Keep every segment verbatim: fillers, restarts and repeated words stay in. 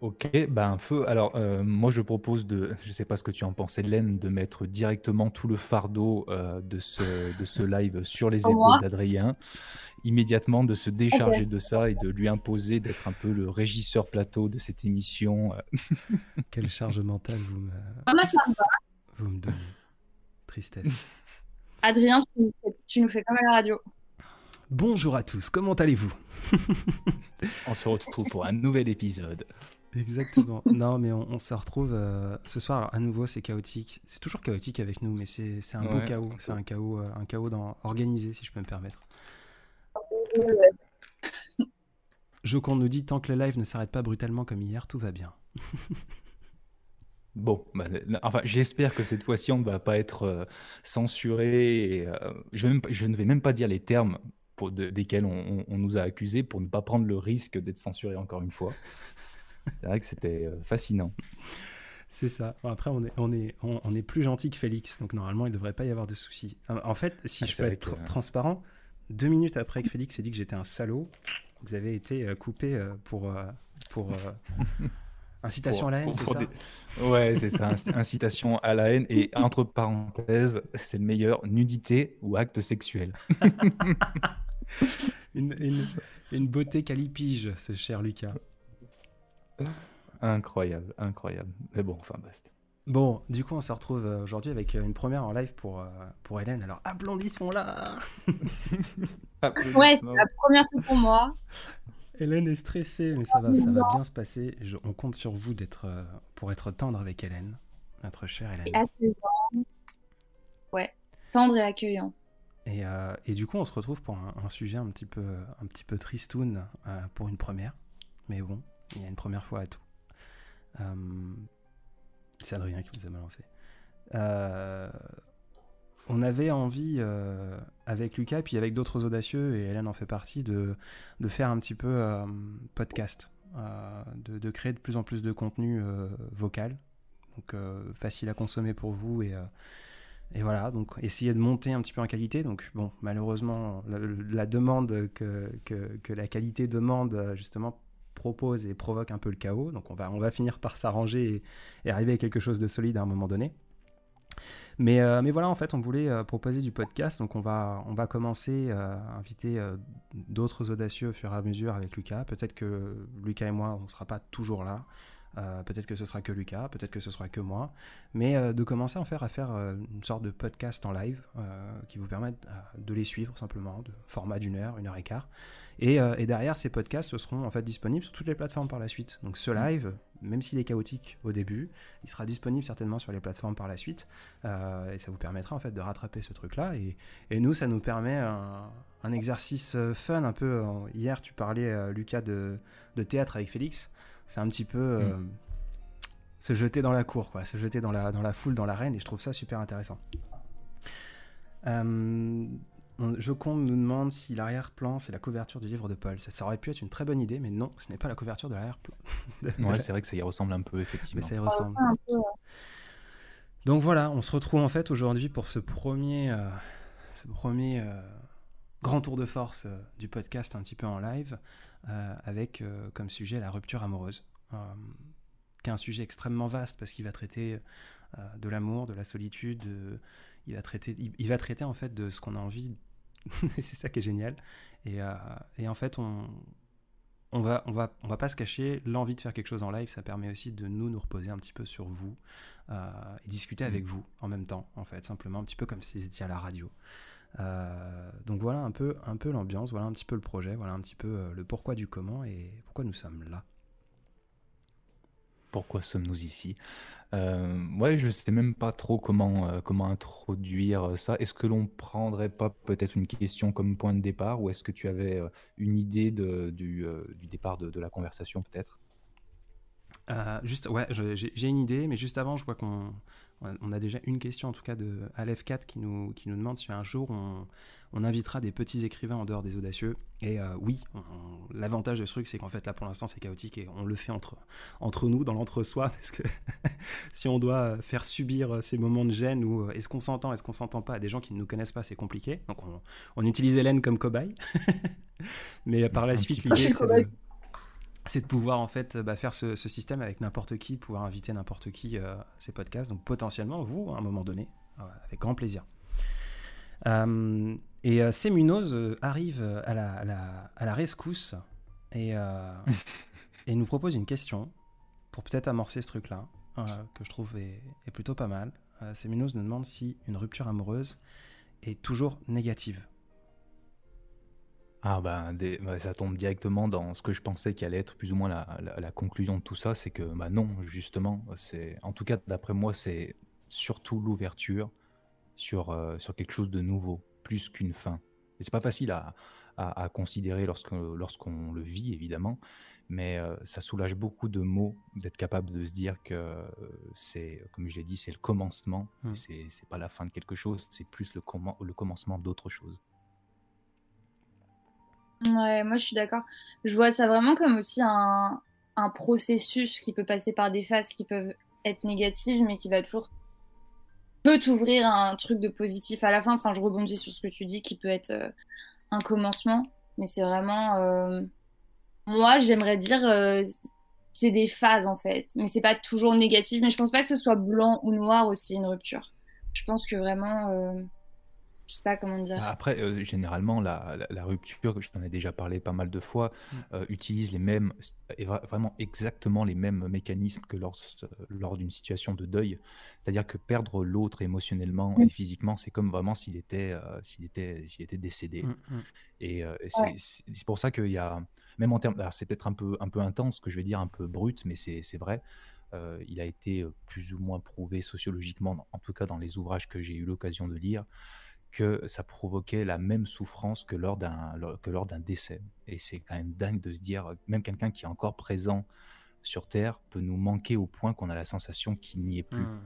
Ok, ben feu. Alors, euh, moi, je propose de, je sais pas ce que tu en penses, Hélène, de mettre directement tout le fardeau euh, de ce, de ce live sur les Au épaules moins. d'Adrien, immédiatement de se décharger Ok. de ça et de lui imposer d'être un peu le régisseur plateau de cette émission. euh. Quelle charge mentale vous me, Ah, moi, ça me va. vous me donnez. Tristesse. Adrien, tu nous fais, tu nous fais comme à la radio. Bonjour à tous, comment allez-vous? On se retrouve pour un nouvel épisode. Exactement. Non, mais on, on se retrouve euh, ce soir. Alors, à nouveau, c'est chaotique. C'est toujours chaotique avec nous, mais c'est c'est un beau Ouais. chaos. C'est un chaos, euh, un chaos dans, organisé, si je peux me permettre. Jocon nous dit tant que le live ne s'arrête pas brutalement comme hier, tout va bien. Bon, bah, le- le- enfin, j'espère que cette fois-ci, on ne va pas être euh, censuré. Et, euh, je, vais même pas- je ne vais même pas dire les termes pour, de- desquels on, on- on nous a accusés pour ne pas prendre le risque d'être censuré encore une fois. C'est vrai que c'était euh, fascinant. C'est ça. Bon, après, on est, on, est, on, on est plus gentil que Félix, donc normalement, il ne devrait pas y avoir de soucis. En fait, si Ah, je c'est peux vrai être que- tr- transparent, deux minutes après que Félix ait dit que j'étais un salaud, vous avez été euh, coupé euh, pour, euh, pour euh, incitation Pour- à la haine, pour- c'est pour ça? des- Ouais, c'est ça, inc- incitation à la haine. Et entre parenthèses, c'est le meilleur, nudité ou acte sexuel. une, une, une beauté calipige, ce cher Lucas. Incroyable, incroyable. Mais bon, enfin, basta. Bon, du coup, on se retrouve euh, aujourd'hui avec euh, une première en live pour, euh, pour Hélène. Alors, applaudissons-la! Ouais, c'est la première fois pour moi. Hélène est stressée, mais ça va, ça va bien se passer. Je- on compte sur vous d'être, euh, pour être tendre avec Hélène, notre chère Et Hélène. accueillant. Ouais, tendre et accueillant. Et, euh, et du coup, on se retrouve pour un, un sujet un petit peu, un petit peu tristoun euh, pour une première. Mais bon, il y a une première fois à tout. Euh, c'est Adrien qui vous a balancé. Euh, on avait envie, euh, avec Lucas et puis avec d'autres audacieux, et Hélène en fait partie, de, de faire un petit peu euh, podcast, euh, de, de créer de plus en plus de contenu euh, vocal, donc euh, facile à consommer pour vous et... Euh, Et voilà, donc essayer de monter un petit peu en qualité. Donc bon, malheureusement, la, la demande que, que, que la qualité demande, justement, propose et provoque un peu le chaos. Donc on va, on va finir par s'arranger et, et arriver à quelque chose de solide à un moment donné. Mais, euh, mais voilà, en fait, on voulait euh, proposer du podcast. Donc on va, on va commencer euh, à inviter euh, d'autres audacieux au fur et à mesure avec Lucas. Peut-être que Lucas et moi, on ne sera pas toujours là. Euh, peut-être que ce sera que Lucas, peut-être que ce sera que moi, mais euh, de commencer à faire, à faire euh, une sorte de podcast en live euh, qui vous permette euh, de les suivre simplement, de format d'une heure, une heure et quart. Et, euh, et derrière, ces podcasts seront en fait disponibles sur toutes les plateformes par la suite. Donc ce live, même s'il est chaotique au début, il sera disponible certainement sur les plateformes par la suite, euh, et ça vous permettra en fait de rattraper ce truc-là. Et, et nous, ça nous permet un, un exercice fun un peu. Hier, tu parlais, euh, Lucas, de, de théâtre avec Félix. C'est un petit peu euh, mm. se jeter dans la cour, quoi, se jeter dans la, dans la foule, dans l'arène, et je trouve ça super intéressant. Euh, Jocon nous demande si l'arrière-plan, c'est la couverture du livre de Paul. Ça, ça aurait pu être une très bonne idée, mais non, ce n'est pas la couverture de l'arrière-plan. Ouais, c'est vrai que ça y ressemble un peu, effectivement. Mais ça y ressemble. Peu, ouais. Donc voilà, on se retrouve en fait aujourd'hui pour ce premier, euh, ce premier euh, grand tour de force euh, du podcast un petit peu en live. Euh, avec euh, comme sujet la rupture amoureuse, euh, qui est un sujet extrêmement vaste parce qu'il va traiter euh, de l'amour, de la solitude, de, il, va traiter, il, il va traiter en fait de ce qu'on a envie, et c'est ça qui est génial, et, euh, et en fait on, on, va, on, va, on va pas se cacher, l'envie de faire quelque chose en live, ça permet aussi de nous, nous reposer un petit peu sur vous, euh, et discuter mmh. avec vous en même temps, en fait, simplement un petit peu comme si c'était à la radio. Euh, donc voilà un peu, un peu l'ambiance, voilà un petit peu le projet, voilà un petit peu euh, le pourquoi du comment et pourquoi nous sommes là. Pourquoi sommes-nous ici ? euh, Ouais, je sais même pas trop comment, euh, comment introduire ça. Est-ce que l'on prendrait pas peut-être une question comme point de départ, ou est-ce que tu avais euh, une idée de, du, euh, du départ de, de la conversation peut-être ? Euh, juste, ouais, je, j'ai, j'ai une idée, mais juste avant, je vois qu'on on a déjà une question, en tout cas, de Aleph quatre qui nous, qui nous demande si un jour on, on invitera des petits écrivains en dehors des audacieux. Et euh, oui, on, on, l'avantage de ce truc, c'est qu'en fait, là, pour l'instant, c'est chaotique et on le fait entre, entre nous, dans l'entre-soi, parce que si on doit faire subir ces moments de gêne où est-ce qu'on s'entend, est-ce qu'on s'entend pas à des gens qui ne nous connaissent pas, c'est compliqué. Donc, on, on utilise Hélène comme cobaye. Mais par la un suite, l'idée, c'est de... c'est de pouvoir en fait bah, faire ce, ce système avec n'importe qui, de pouvoir inviter n'importe qui euh, à ces podcasts. Donc potentiellement, vous, à un moment donné, euh, avec grand plaisir. Euh, et euh, Sémunose euh, arrive à la, à, la, à la rescousse et, euh, et nous propose une question pour peut-être amorcer ce truc-là, euh, que je trouve est, est plutôt pas mal. Euh, Sémunose nous demande si une rupture amoureuse est toujours négative. Ah ben, des- bah, ça tombe directement dans ce que je pensais qui allait être plus ou moins la, la- la conclusion de tout ça, c'est que bah non, justement, c'est, en tout cas d'après moi, c'est surtout l'ouverture sur, euh, sur quelque chose de nouveau, plus qu'une fin. Et c'est pas facile à, à, à considérer lorsque, lorsqu'on le vit, évidemment, mais euh, ça soulage beaucoup de mots d'être capable de se dire que euh, c'est, comme je l'ai dit, c'est le commencement, Hmm. et c'est, c'est pas la fin de quelque chose, c'est plus le, commen- le commencement d'autre chose. Ouais, moi je suis d'accord. Je vois ça vraiment comme aussi un, un processus qui peut passer par des phases qui peuvent être négatives, mais qui va toujours peut t'ouvrir à un truc de positif à la fin. Enfin, je rebondis sur ce que tu dis, qui peut être euh, un commencement, mais c'est vraiment, euh, moi j'aimerais dire, euh, c'est des phases en fait, mais c'est pas toujours négatif. Mais je pense pas que ce soit blanc ou noir aussi une rupture. Je pense que vraiment, euh, je sais pas comment Bah, dire. Après, euh, généralement, la, la, la rupture, je t'en ai déjà parlé pas mal de fois, Mm. euh, utilise les mêmes, et vra- vraiment exactement les mêmes mécanismes que lors, lors d'une situation de deuil. C'est-à-dire que perdre l'autre émotionnellement et physiquement, c'est comme vraiment s'il était, euh, s'il était, s'il était décédé. Mm, mm. Et, euh, et Ouais. c'est c'est- c'est pour ça qu'il y a, même en termes, alors c'est peut-être un peu, un peu intense, ce que je vais dire, un peu brut, mais c'est c'est vrai. Euh, il a été euh, plus ou moins prouvé sociologiquement, en tout cas dans les ouvrages que j'ai eu l'occasion de lire, que ça provoquait la même souffrance que lors d'un que lors d'un décès. Et c'est quand même dingue de se dire, même quelqu'un qui est encore présent sur Terre peut nous manquer au point qu'on a la sensation qu'il n'y est plus. Mm.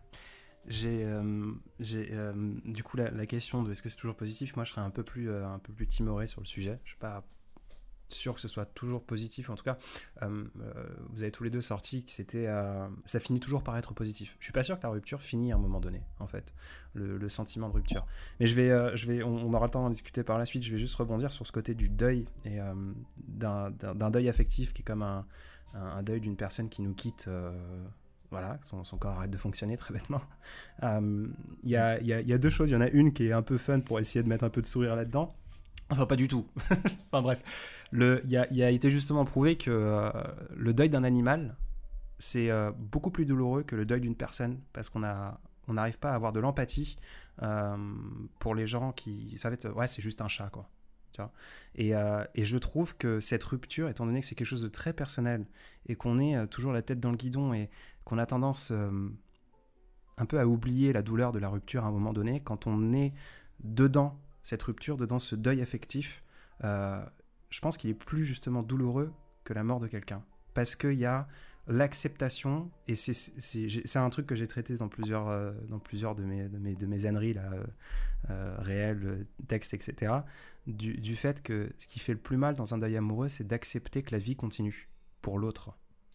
J'ai, euh, j'ai euh, du coup la, la question de est-ce que c'est toujours positif, moi je serais un peu plus, euh, un peu plus timoré sur le sujet. Je suis pas sûr que ce soit toujours positif. En tout cas, euh, euh, vous avez tous les deux sorti que c'était, euh, ça finit toujours par être positif. Je suis pas sûr que la rupture finit à un moment donné, en fait, le, le sentiment de rupture. Mais je vais, euh, je vais, on, on aura le temps d'en discuter par la suite. Je vais juste rebondir sur ce côté du deuil et euh, d'un, d'un, d'un deuil affectif qui est comme un, un, un deuil d'une personne qui nous quitte. Euh, voilà, son, son corps arrête de fonctionner très bêtement. Il euh, y, a, y, a, y a deux choses. Il y en a une qui est un peu fun pour essayer de mettre un peu de sourire là-dedans. Enfin, pas du tout. Enfin bref, il y, y a été justement prouvé que euh, le deuil d'un animal, c'est euh, beaucoup plus douloureux que le deuil d'une personne, parce qu'on a, on n'arrive pas à avoir de l'empathie euh, pour les gens qui savent être, ouais, c'est juste un chat, quoi. Tu vois, et, euh, et je trouve que cette rupture, étant donné que c'est quelque chose de très personnel, et qu'on est euh, toujours la tête dans le guidon, et qu'on a tendance euh, un peu à oublier la douleur de la rupture à un moment donné, quand on est dedans cette rupture, dedans ce deuil affectif, euh, je pense qu'il est plus justement douloureux que la mort de quelqu'un. Parce qu'il y a l'acceptation, et c'est, c'est, c'est un truc que j'ai traité dans plusieurs, euh, dans plusieurs de, mes, de, mes, de mes âneries là, euh, euh, réelles, textes, et cetera, du, du fait que ce qui fait le plus mal dans un deuil amoureux, c'est d'accepter que la vie continue pour l'autre.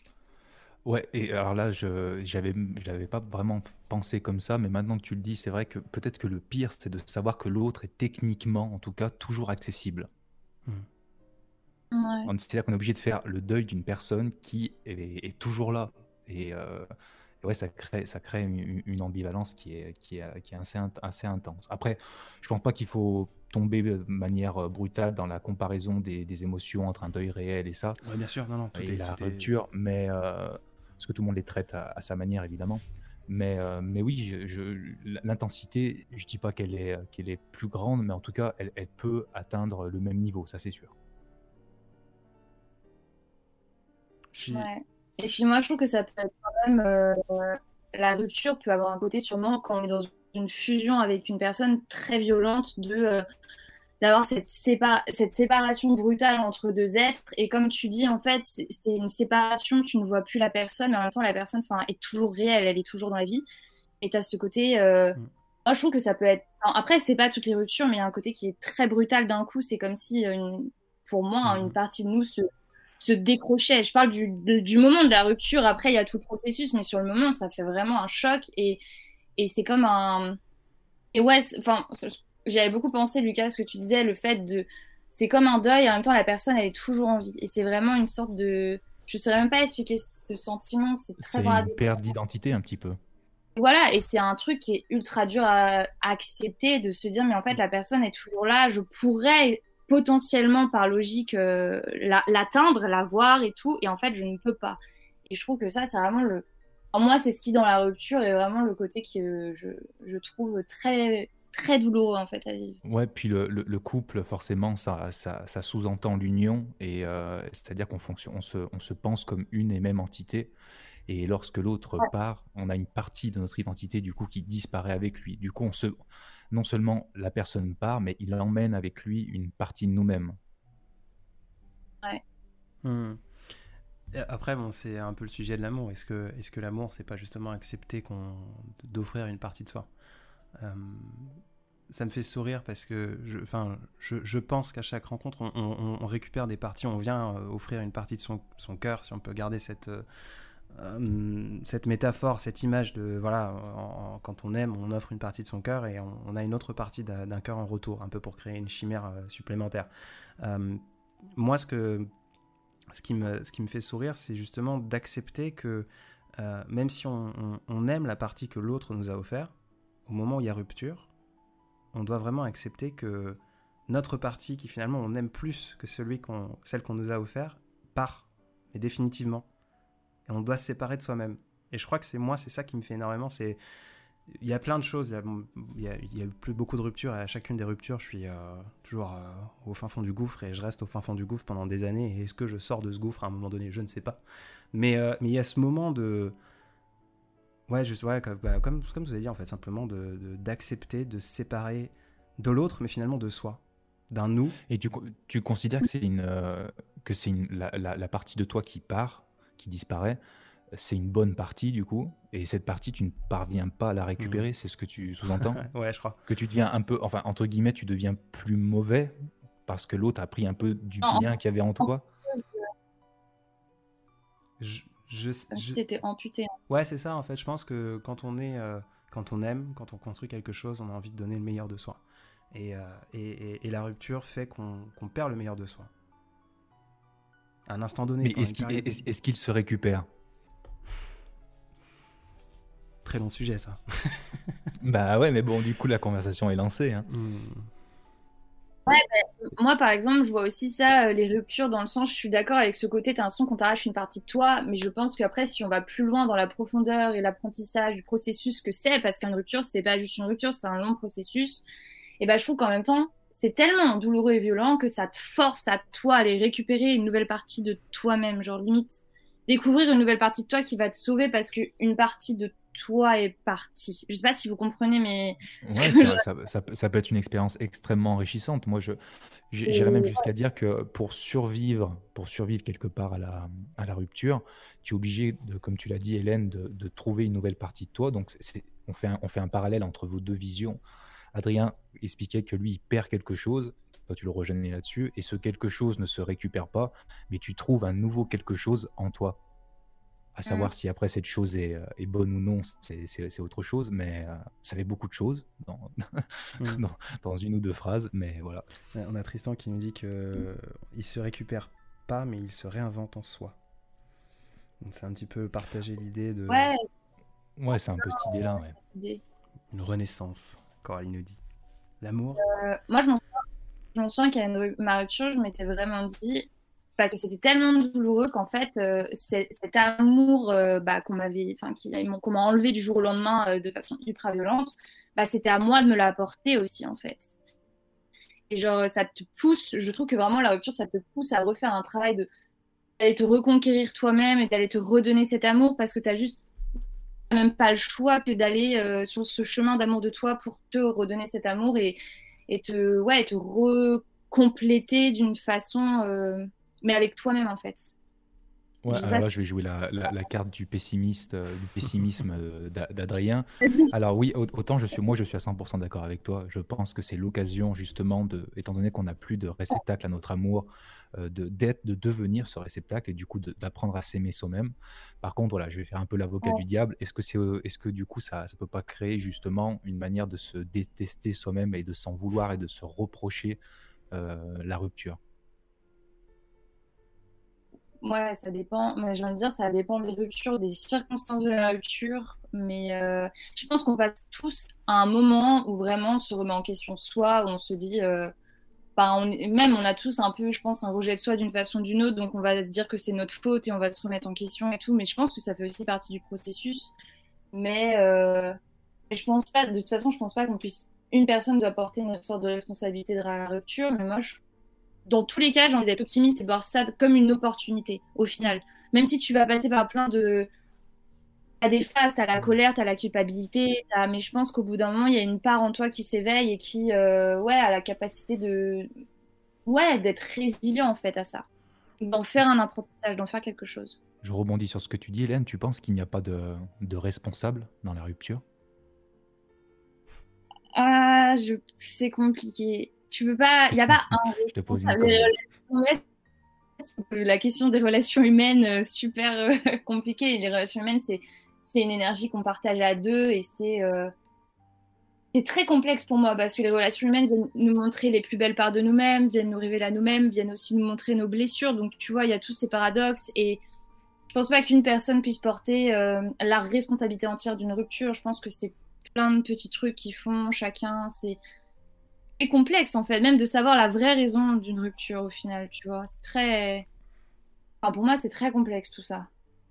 Ouais, et alors là, je j'avais j'avais pas vraiment pensé comme ça, mais maintenant que tu le dis, c'est vrai que peut-être que le pire, c'est de savoir que l'autre est techniquement, en tout cas, toujours accessible. Mmh. Ouais. On- C'est-à-dire qu'on est obligé de faire le deuil d'une personne qui est, est toujours là. Et, euh, et ouais, ça crée, ça crée une, une ambivalence qui est, qui est, qui est assez, int- assez intense. Après, je pense pas qu'il faut tomber de manière brutale dans la comparaison des, des émotions entre un deuil réel et ça, Ouais, bien sûr, non, non, tout et est... la Tout est... rupture, mais euh, parce que tout le monde les traite à, à sa manière, évidemment. Mais, euh, mais oui, je, je- l'intensité, je dis pas qu'elle est, qu'elle est plus grande, mais en tout cas, elle, elle peut atteindre le même niveau, ça c'est sûr. Je suis... Ouais. Et puis moi, je trouve que ça peut être quand même, euh, la rupture peut avoir un côté sûrement quand on est dans une fusion avec une personne très violente de euh, d'avoir cette, sépa- cette séparation brutale entre deux êtres. Et comme tu dis, en fait, c'est c'est une séparation, tu ne vois plus la personne, mais en même temps, la personne, enfin, est toujours réelle, elle est toujours dans la vie. Et tu as ce côté, euh, Mm. moi, je trouve que ça peut être, enfin, après, c'est pas toutes les ruptures, mais il y a un côté qui est très brutal d'un coup. C'est comme si, euh, une... pour moi, hein, une Mm. partie de nous se se décrochait. Je parle du, de- du moment de la rupture. Après, il y a tout le processus, mais sur le moment, ça fait vraiment un choc. Et, et c'est comme un. Et ouais, c'est- enfin, j'y avais beaucoup pensé, Lucas, ce que tu disais, le fait de c'est comme un deuil, en même temps la personne elle est toujours en vie. Et c'est vraiment une sorte de... Je ne saurais même pas expliquer ce sentiment, c'est très C'est dur à une perte d'identité un petit peu. Voilà, et c'est un truc qui est ultra dur à, à accepter, de se dire, mais en fait, la personne est toujours là, je pourrais potentiellement, par logique, euh, la- l'atteindre, la voir et tout, et en fait, je ne peux pas. Et je trouve que ça, c'est vraiment le... En moi, c'est ce qui, dans la rupture, est vraiment le côté que je, je trouve très, très douloureux, en fait, à vivre. Ouais, puis le, le- le couple, forcément, ça, ça, ça sous-entend l'union, et euh, c'est-à-dire qu'on fonctionne, on se, on se pense comme une et même entité. Et lorsque l'autre Ouais. part, on a une partie de notre identité du coup qui disparaît avec lui. Du coup, on se, non seulement la personne part, mais il emmène avec lui une partie de nous-mêmes. Ouais. Hmm. Et après, bon, c'est un peu le sujet de l'amour. Est-ce que, est-ce que l'amour, c'est pas justement accepter qu'on, d'offrir une partie de soi? Euh, Ça me fait sourire parce que je, enfin, je, je pense qu'à chaque rencontre, on, on- on récupère des parties, on vient euh, offrir une partie de son, son cœur, si on peut garder cette, euh, euh, cette métaphore, cette image de, voilà, en- en- quand on aime, on offre une partie de son cœur et on, on a une autre partie d'un, d'un cœur en retour, un peu pour créer une chimère euh, supplémentaire. Euh, Moi, ce, que, ce, qui me, ce qui me fait sourire, c'est justement d'accepter que euh, même si on, on- on aime la partie que l'autre nous a offert, au moment où il y a rupture, on doit vraiment accepter que notre partie, qui finalement on aime plus que celui qu'on, celle qu'on nous a offert, part, mais définitivement. Et on doit se séparer de soi-même. Et je crois que c'est moi, c'est ça qui me fait énormément. C'est, il y a plein de choses. Il y a, il y a, il y a eu plus beaucoup de ruptures. Et à chacune des ruptures, je suis euh, toujours euh, au fin fond du gouffre et je reste au fin fond du gouffre pendant des années. Et est-ce que je sors de ce gouffre à un moment donné? Je ne sais pas. Mais euh, mais il y a ce moment de ouais, juste, ouais, comme, bah, comme, comme vous avez dit, en fait, simplement de, de- d'accepter, de se séparer de l'autre, mais finalement de soi, d'un nous. Et tu, co- tu considères que c'est une, euh, que c'est une, la, la- la partie de toi qui part, qui disparaît, c'est une bonne partie du coup, et cette partie, tu ne parviens pas à la Mhm. récupérer, c'est ce que tu sous-entends? Ouais, je crois. Que tu deviens un peu, enfin, entre guillemets, tu deviens plus mauvais parce que l'autre a pris un peu du Non, bien qu'il y avait en en, toi? Je, je, comme je- si t'étais amputé. Ouais, c'est ça, en fait. Je pense que quand on est, euh, quand on aime, quand on construit quelque chose, on a envie de donner le meilleur de soi. Et, euh, et, et- et la rupture fait qu'on, qu'on perd le meilleur de soi. À un instant donné, Mais pendant est-ce une qu'il période. est, est-ce qu'il se récupère? Très long sujet, ça. Bah ouais, mais bon, du coup, la conversation est lancée, hein. Hmm. Moi, par exemple, je vois aussi ça, euh, les ruptures, dans le sens, je suis d'accord avec ce côté, t'as l'impression qu'on t'arrache une partie de toi, mais je pense qu'après, si on va plus loin dans la profondeur et l'apprentissage du processus que c'est, parce qu'une rupture, c'est pas juste une rupture, c'est un long processus, et ben, je trouve qu'en même temps, c'est tellement douloureux et violent que ça te force à toi à aller récupérer une nouvelle partie de toi-même, genre limite découvrir une nouvelle partie de toi qui va te sauver parce qu'une partie de toi est partie. Je sais pas si vous comprenez, mais ce Ouais, que je... ça, ça, ça, peut ça peut être une expérience extrêmement enrichissante. Moi, je, j'ai- j'irais même Et jusqu'à dire que pour survivre, pour survivre quelque part à la, à la rupture, tu es obligé, de, comme tu l'as dit, Hélène, de, de trouver une nouvelle partie de toi. Donc, c'est, c'est- on fait un, on fait un parallèle entre vos deux visions. Adrien expliquait que lui, il perd quelque chose. Toi, tu le rejoignais là-dessus. Et ce quelque chose ne se récupère pas, mais tu trouves un nouveau quelque chose en toi. À Mm. savoir si après cette chose est, euh, est bonne ou non, c'est c'est- c'est autre chose, mais euh, ça fait beaucoup de choses dans, Hmm. dans, dans une ou deux phrases, mais voilà. On a Tristan qui nous dit que il se récupère pas, mais il se réinvente en soi. Donc c'est un petit peu partager l'idée de Ouais, Ouais, c'est un peu cette idée-là, ouais. cette idée. une renaissance. Coralie nous dit. L'amour. Euh, moi, je m'en je m'en souviens qu'à une ru- ma rupture, je m'étais vraiment dit, parce que c'était tellement douloureux qu'en fait, euh, c'est- cet amour euh, bah, qu'on m'avait, enfin, qui- ils m'ont- qu'on m'a enlevé du jour au lendemain euh, de façon ultra violente, bah, c'était à moi de me l'apporter aussi, en fait. Et genre, ça te pousse, je trouve que vraiment la rupture, ça te pousse à refaire un travail de d'aller te reconquérir toi-même et d'aller te redonner cet amour parce que tu n'as juste même pas le choix que d'aller euh, sur ce chemin d'amour de toi pour te redonner cet amour et, et te, ouais, et te recompléter d'une façon, euh, mais avec toi-même en fait. Ouais, Je sais alors pas là, je vais jouer la, la- la carte du pessimiste, euh, du pessimisme euh, d'A- d'Adrien. si... Alors oui, au- autant je suis, moi, je suis à cent pour cent d'accord avec toi. Je pense que c'est l'occasion justement de, étant donné qu'on n'a plus de réceptacle à notre amour, euh, de d'être, de devenir ce réceptacle et du coup de- d'apprendre à s'aimer soi-même. Par contre, voilà, je vais faire un peu l'avocat Ouais. du diable. Est-ce que c'est, euh, est-ce que du coup ça, ça peut pas créer justement une manière de se détester soi-même et de s'en vouloir et de se reprocher euh, la rupture? Ouais, ça dépend. Mais je viens de dire, ça dépend des ruptures, des circonstances de la rupture. Mais euh, je pense qu'on passe tous à un moment où vraiment on se remet en question soi, où on se dit, euh, bah, on, est- même on a tous un peu, je pense, un rejet de soi d'une façon ou d'une autre. Donc on va se dire que c'est notre faute et on va se remettre en question et tout. Mais je pense que ça fait aussi partie du processus. Mais euh, je pense pas, de toute façon, je pense pas qu'on puisse. Une personne doit porter une sorte de responsabilité de la rupture. Mais moi, je dans tous les cas, j'ai envie d'être optimiste et de voir ça comme une opportunité, au final. Même si tu vas passer par plein de... T'as des phases, t'as la colère, t'as la culpabilité, t'as... mais je pense qu'au bout d'un moment, il y a une part en toi qui s'éveille et qui, euh, ouais, a la capacité de... Ouais, d'être résilient, en fait, à ça. D'en faire un apprentissage, d'en faire quelque chose. Je rebondis sur ce que tu dis, Hélène. Tu penses qu'il n'y a pas de, de responsable dans la rupture? Ah, je... c'est compliqué. Tu peux pas... Il n'y a pas un Je te pose une responsable. colle. Les relations- La question des relations humaines, euh, super euh, compliquée. Les relations humaines, c'est c'est une énergie qu'on partage à deux et c'est euh, c'est très complexe pour moi parce que les relations humaines viennent nous montrer les plus belles parts de nous-mêmes, viennent nous révéler à nous-mêmes, viennent aussi nous montrer nos blessures. Donc, tu vois, il y a tous ces paradoxes et je pense pas qu'une personne puisse porter euh, la responsabilité entière d'une rupture. Je pense que c'est plein de petits trucs qui font chacun. C'est très complexe en fait, même de savoir la vraie raison d'une rupture au final, tu vois. C'est très... Enfin, pour moi, c'est très complexe tout ça.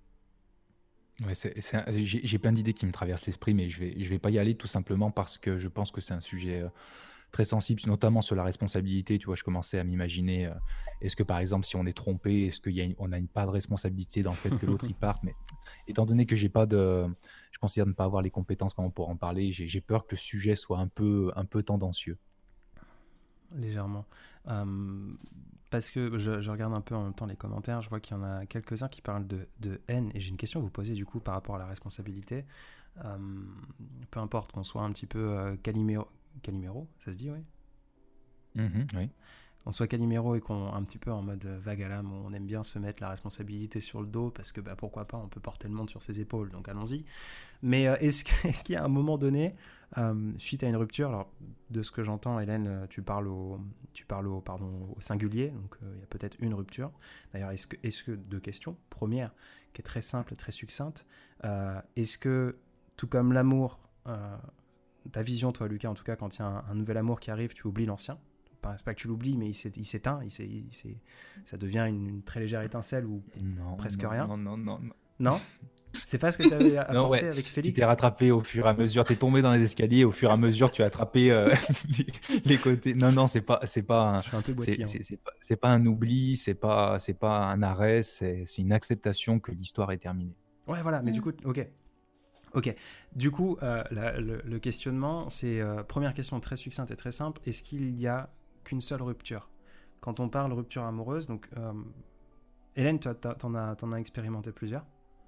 Ouais, c'est, c'est un- j'ai, j'ai plein d'idées qui me traversent l'esprit, mais je vais, je vais pas y aller tout simplement parce que je pense que c'est un sujet euh, très sensible, notamment sur la responsabilité. Tu vois, je commençais à m'imaginer, euh, est-ce que par exemple, si on est trompé, est-ce qu'il y a une- on a une part de responsabilité dans le fait que l'autre y parte? Mais étant donné que j'ai pas de, je considère ne pas avoir les compétences comment pour en parler, j'ai, j'ai peur que le sujet soit un peu, un peu tendancieux. Légèrement. Euh, parce que je, je regarde un peu en même temps les commentaires, je vois qu'il y en a quelques-uns qui parlent de, de haine, et j'ai une question à vous poser du coup par rapport à la responsabilité. Euh, peu importe qu'on soit un petit peu euh, Calimero, Calimero, ça se dit, oui, Mhm, oui. on soit Calimero et qu'on un petit peu en mode vague à l'âme, on aime bien se mettre la responsabilité sur le dos parce que bah, pourquoi pas, on peut porter le monde sur ses épaules, donc allons-y. Mais euh, est-ce, que, est-ce qu'il y a un moment donné, euh, suite à une rupture, alors de ce que j'entends, Hélène, euh, tu parles au, tu parles au, pardon, au singulier, donc euh, il y a peut-être une rupture. D'ailleurs, est-ce que, est-ce que deux questions. Première, qui est très simple, très succincte, euh, est-ce que, tout comme l'amour, euh, ta vision, toi, Lucas, en tout cas, quand il y a un, un nouvel amour qui arrive, tu oublies l'ancien. C'est pas que tu l'oublies, mais il, s'é, il s'éteint, il s'é, il s'é, ça devient une, une très légère étincelle ou Non, presque non, rien. non, non, non, non. Non. C'est pas ce que tu avais Non, apporté ouais. avec Tu Félix. t'es rattrapé au fur et à mesure, t'es tombé dans les escaliers, au fur et à mesure tu as attrapé euh, les, les côtés. Non, non, c'est pas, c'est pas, un, Je suis un peu c'est, boitillant. c'est, c'est pas, c'est pas un oubli, c'est pas, c'est pas un arrêt, c'est, c'est une acceptation que l'histoire est terminée. Ouais, voilà, mais Mm. du coup, ok. Ok. Du coup, euh, la- le, le questionnement, c'est euh, première question très succincte et très simple. Est-ce qu'il y a qu'une seule rupture? Quand on parle rupture amoureuse, donc euh, Hélène, toi, t'as- t'en as, t'en as expérimenté plusieurs.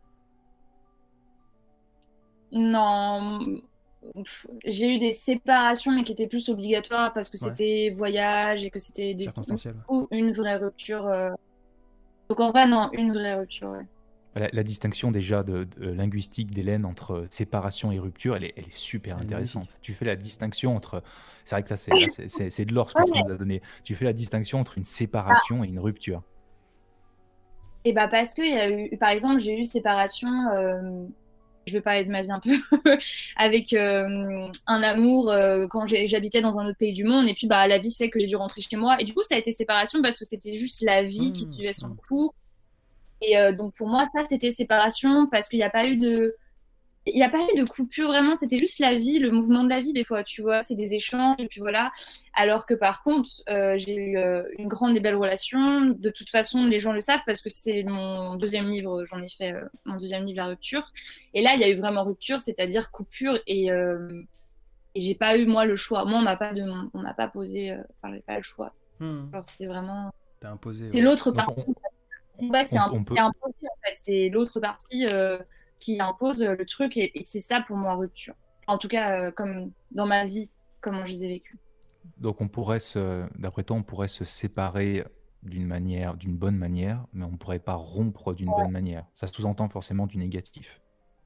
Non, pff, j'ai eu des séparations, mais qui étaient plus obligatoires parce que Ouais. c'était voyage et que c'était des... Circonstancielles. ou une vraie rupture. euh. Donc en vrai, non, une vraie rupture, ouais. La, la distinction déjà de, de linguistique d'Hélène entre séparation et rupture, elle est, elle est super Elle est magnifique. intéressante. Tu fais la distinction entre, c'est vrai que ça c'est, là, c'est, c'est, c'est de l'or ce que Ouais, tu mais- nous as donné. Tu fais la distinction entre une Ah, séparation et une rupture. et bah parce que il y a eu, par exemple, j'ai eu séparation. euh, Je vais parler de ma vie un peu avec euh, un amour euh, quand j'ai- j'habitais dans un autre pays du monde et puis bah la vie fait que j'ai dû rentrer chez moi et du coup ça a été séparation parce que c'était juste la vie qui Mmh, suivait son mmh. cours et euh, donc pour moi ça c'était séparation parce qu'il n'y a pas eu de il n'y a pas eu de coupure vraiment, c'était juste la vie, le mouvement de la vie des fois, tu vois, c'est des échanges et puis voilà. Alors que par contre, euh, j'ai eu euh, une grande et belle relation. De toute façon, les gens le savent parce que c'est mon deuxième livre, j'en ai fait euh, mon deuxième livre, La Rupture. Et là, il y a eu vraiment rupture, c'est-à-dire coupure et, euh, et j'ai pas eu moi le choix. Moi, on m'a pas de, on m'a pas posé, euh, enfin, j'ai pas le choix. Mmh. Alors c'est vraiment, T'as imposé, c'est ouais. l'autre Donc partie. on, C'est vrai que c'est on, un, on c'est peut, imposé en fait, c'est l'autre partie euh, qui impose euh, le truc et, et c'est ça pour moi rupture. En tout cas, euh, comme dans ma vie, comment je les ai vécues. donc on pourrait se, d'après toi, on pourrait se séparer d'une manière, d'une bonne manière, mais on ne pourrait pas rompre d'une bonne manière. Ça sous-entend forcément du négatif.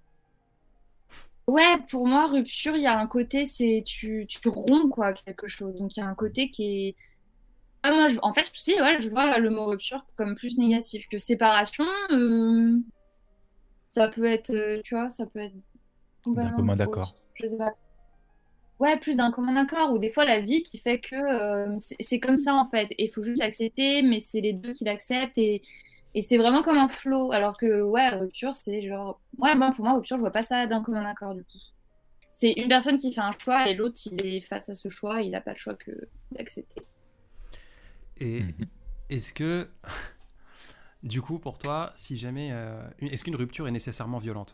Ouais, pour moi, rupture, il y a un côté, c'est tu, tu romps quoi, quelque chose. Donc il y a un côté qui est. Ah, moi, je- en fait, si, ouais, je vois le mot rupture comme plus négatif que séparation. euh, ça peut être, euh, tu vois, ça peut être D'un complètement commun autre. d'accord. Je sais pas. Ouais, plus d'un commun accord, ou des fois la vie qui fait que euh, c'est c'est comme ça en fait. Et il faut juste accepter, mais c'est les deux qui l'acceptent et, et c'est vraiment comme un flow. Alors que, ouais, rupture, c'est genre. Ouais, moi, pour moi, rupture, je vois pas ça d'un commun accord du coup. C'est une personne qui fait un choix et l'autre, il est face à ce choix, il n'a pas le choix que d'accepter. Et Mhm. est-ce que, du coup, pour toi, si jamais, euh, une- est-ce qu'une rupture est nécessairement violente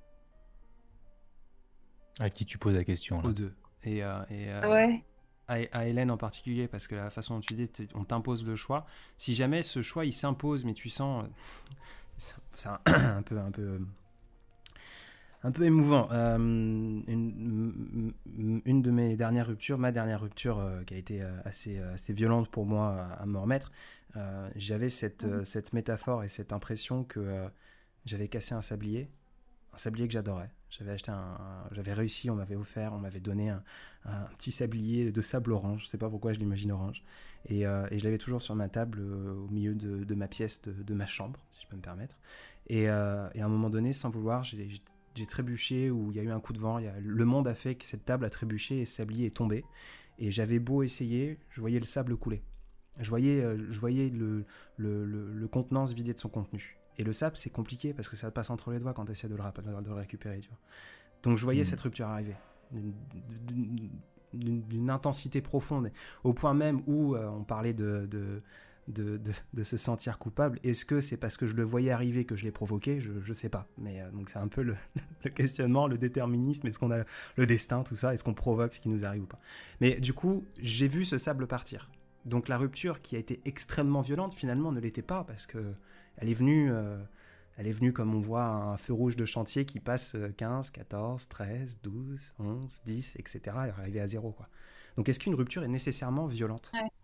À qui tu poses la question aux là? deux et, euh, et, euh, Ouais. à, à Hélène en particulier, parce que la façon dont tu dis, t'es- on t'impose le choix. Si jamais ce choix il s'impose, mais tu sens, euh, c'est un, un peu, un peu, un peu émouvant. Euh, une, une de mes dernières ruptures, ma dernière rupture, euh, qui a été euh, assez, euh, assez violente pour moi à, à me remettre, euh, j'avais cette, euh, cette métaphore et cette impression que euh, j'avais cassé un sablier, un sablier que j'adorais. J'avais acheté un, un- j'avais réussi, on m'avait offert, on m'avait donné un, un petit sablier de sable orange. Je sais pas pourquoi je l'imagine orange. Et, euh, et je l'avais toujours sur ma table, euh, au milieu de, de ma pièce, de, de ma chambre, si je peux me permettre. Et, euh, et à un moment donné, sans vouloir, j'ai, j'ai- j'ai trébuché, ou il y a eu un coup de vent. Il y a, le monde a fait que cette table a trébuché et ce sablier est tombé. Et j'avais beau essayer, je voyais le sable couler. Je voyais, euh, je voyais le, le, le, le contenant se vider de son contenu. Et le sable, c'est compliqué parce que ça passe entre les doigts quand tu essaies de le, de le récupérer. Tu vois. Donc je voyais Mhm. cette rupture arriver, d'une, d'une, d'une, d'une intensité profonde, au point même où euh, on parlait de, de, de, de, de se sentir coupable. Est-ce que c'est parce que je le voyais arriver que je l'ai provoqué? Je ne sais pas. Mais euh, donc c'est un peu le, le questionnement, le déterminisme, est-ce qu'on a le destin, tout ça, est-ce qu'on provoque ce qui nous arrive ou pas? Mais du coup, j'ai vu ce sable partir. Donc la rupture qui a été extrêmement violente, finalement, ne l'était pas, parce que elle est venue... Euh, elle est venue comme on voit un feu rouge de chantier qui passe quinze, quatorze, treize, douze, onze, dix, et cetera et arriver à zéro, quoi. Donc est-ce qu'une rupture est nécessairement violente? Ouais.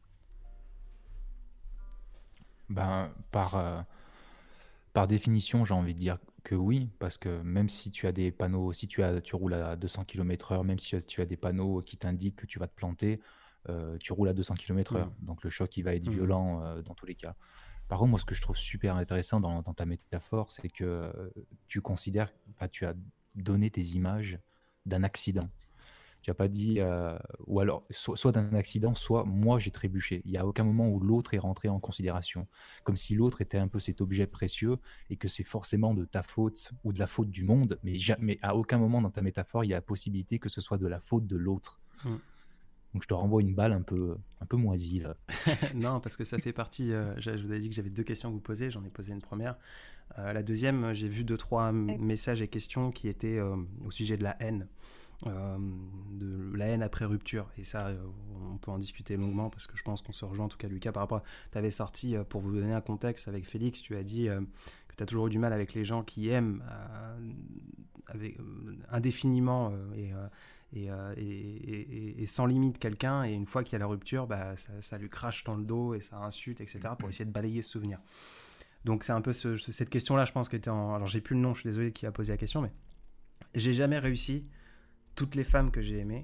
Ben, par, euh, par définition, j'ai envie de dire que oui, parce que même si tu as des panneaux, si tu, as, tu roules à deux cents kilomètres heure, même si tu as des panneaux qui t'indiquent que tu vas te planter, euh, tu roules à deux cents kilomètres heure. Mmh. Donc le choc, il va être Mmh. violent euh, dans tous les cas. Par contre, moi, ce que je trouve super intéressant dans, dans ta métaphore, c'est que euh, tu considères, enfin, tu as donné tes images d'un accident. Tu n'as pas dit, euh, ou alors, soit, soit d'un accident, soit moi j'ai trébuché. Il n'y a aucun moment où l'autre est rentré en considération. Comme si l'autre était un peu cet objet précieux et que c'est forcément de ta faute ou de la faute du monde, mais, jamais, à aucun moment dans ta métaphore, il y a la possibilité que ce soit de la faute de l'autre. Mmh. Donc je te renvoie une balle un peu, un peu moisie là. Non, parce que ça fait partie. Euh, je vous avais dit que j'avais deux questions à vous poser. J'en ai posé une première. Euh, la deuxième, j'ai vu deux, trois messages et questions qui étaient euh, au sujet de la haine. Euh, de la haine après rupture. Et ça, euh, on peut en discuter longuement parce que je pense qu'on se rejoint, en tout cas, Lucas, par rapport à. Tu avais sorti, euh, pour vous donner un contexte avec Félix, tu as dit euh, que tu as toujours eu du mal avec les gens qui aiment euh, avec, euh, indéfiniment euh, et. Euh, et, euh, et, et, et sans limite quelqu'un, et une fois qu'il y a la rupture, bah, ça, ça lui crache dans le dos et ça insulte, et cetera, pour essayer de balayer ce souvenir. Donc c'est un peu ce, cette question-là, je pense, qui était en... Alors j'ai plus le nom, je suis désolé qui a posé la question, mais j'ai jamais réussi, toutes les femmes que j'ai aimées,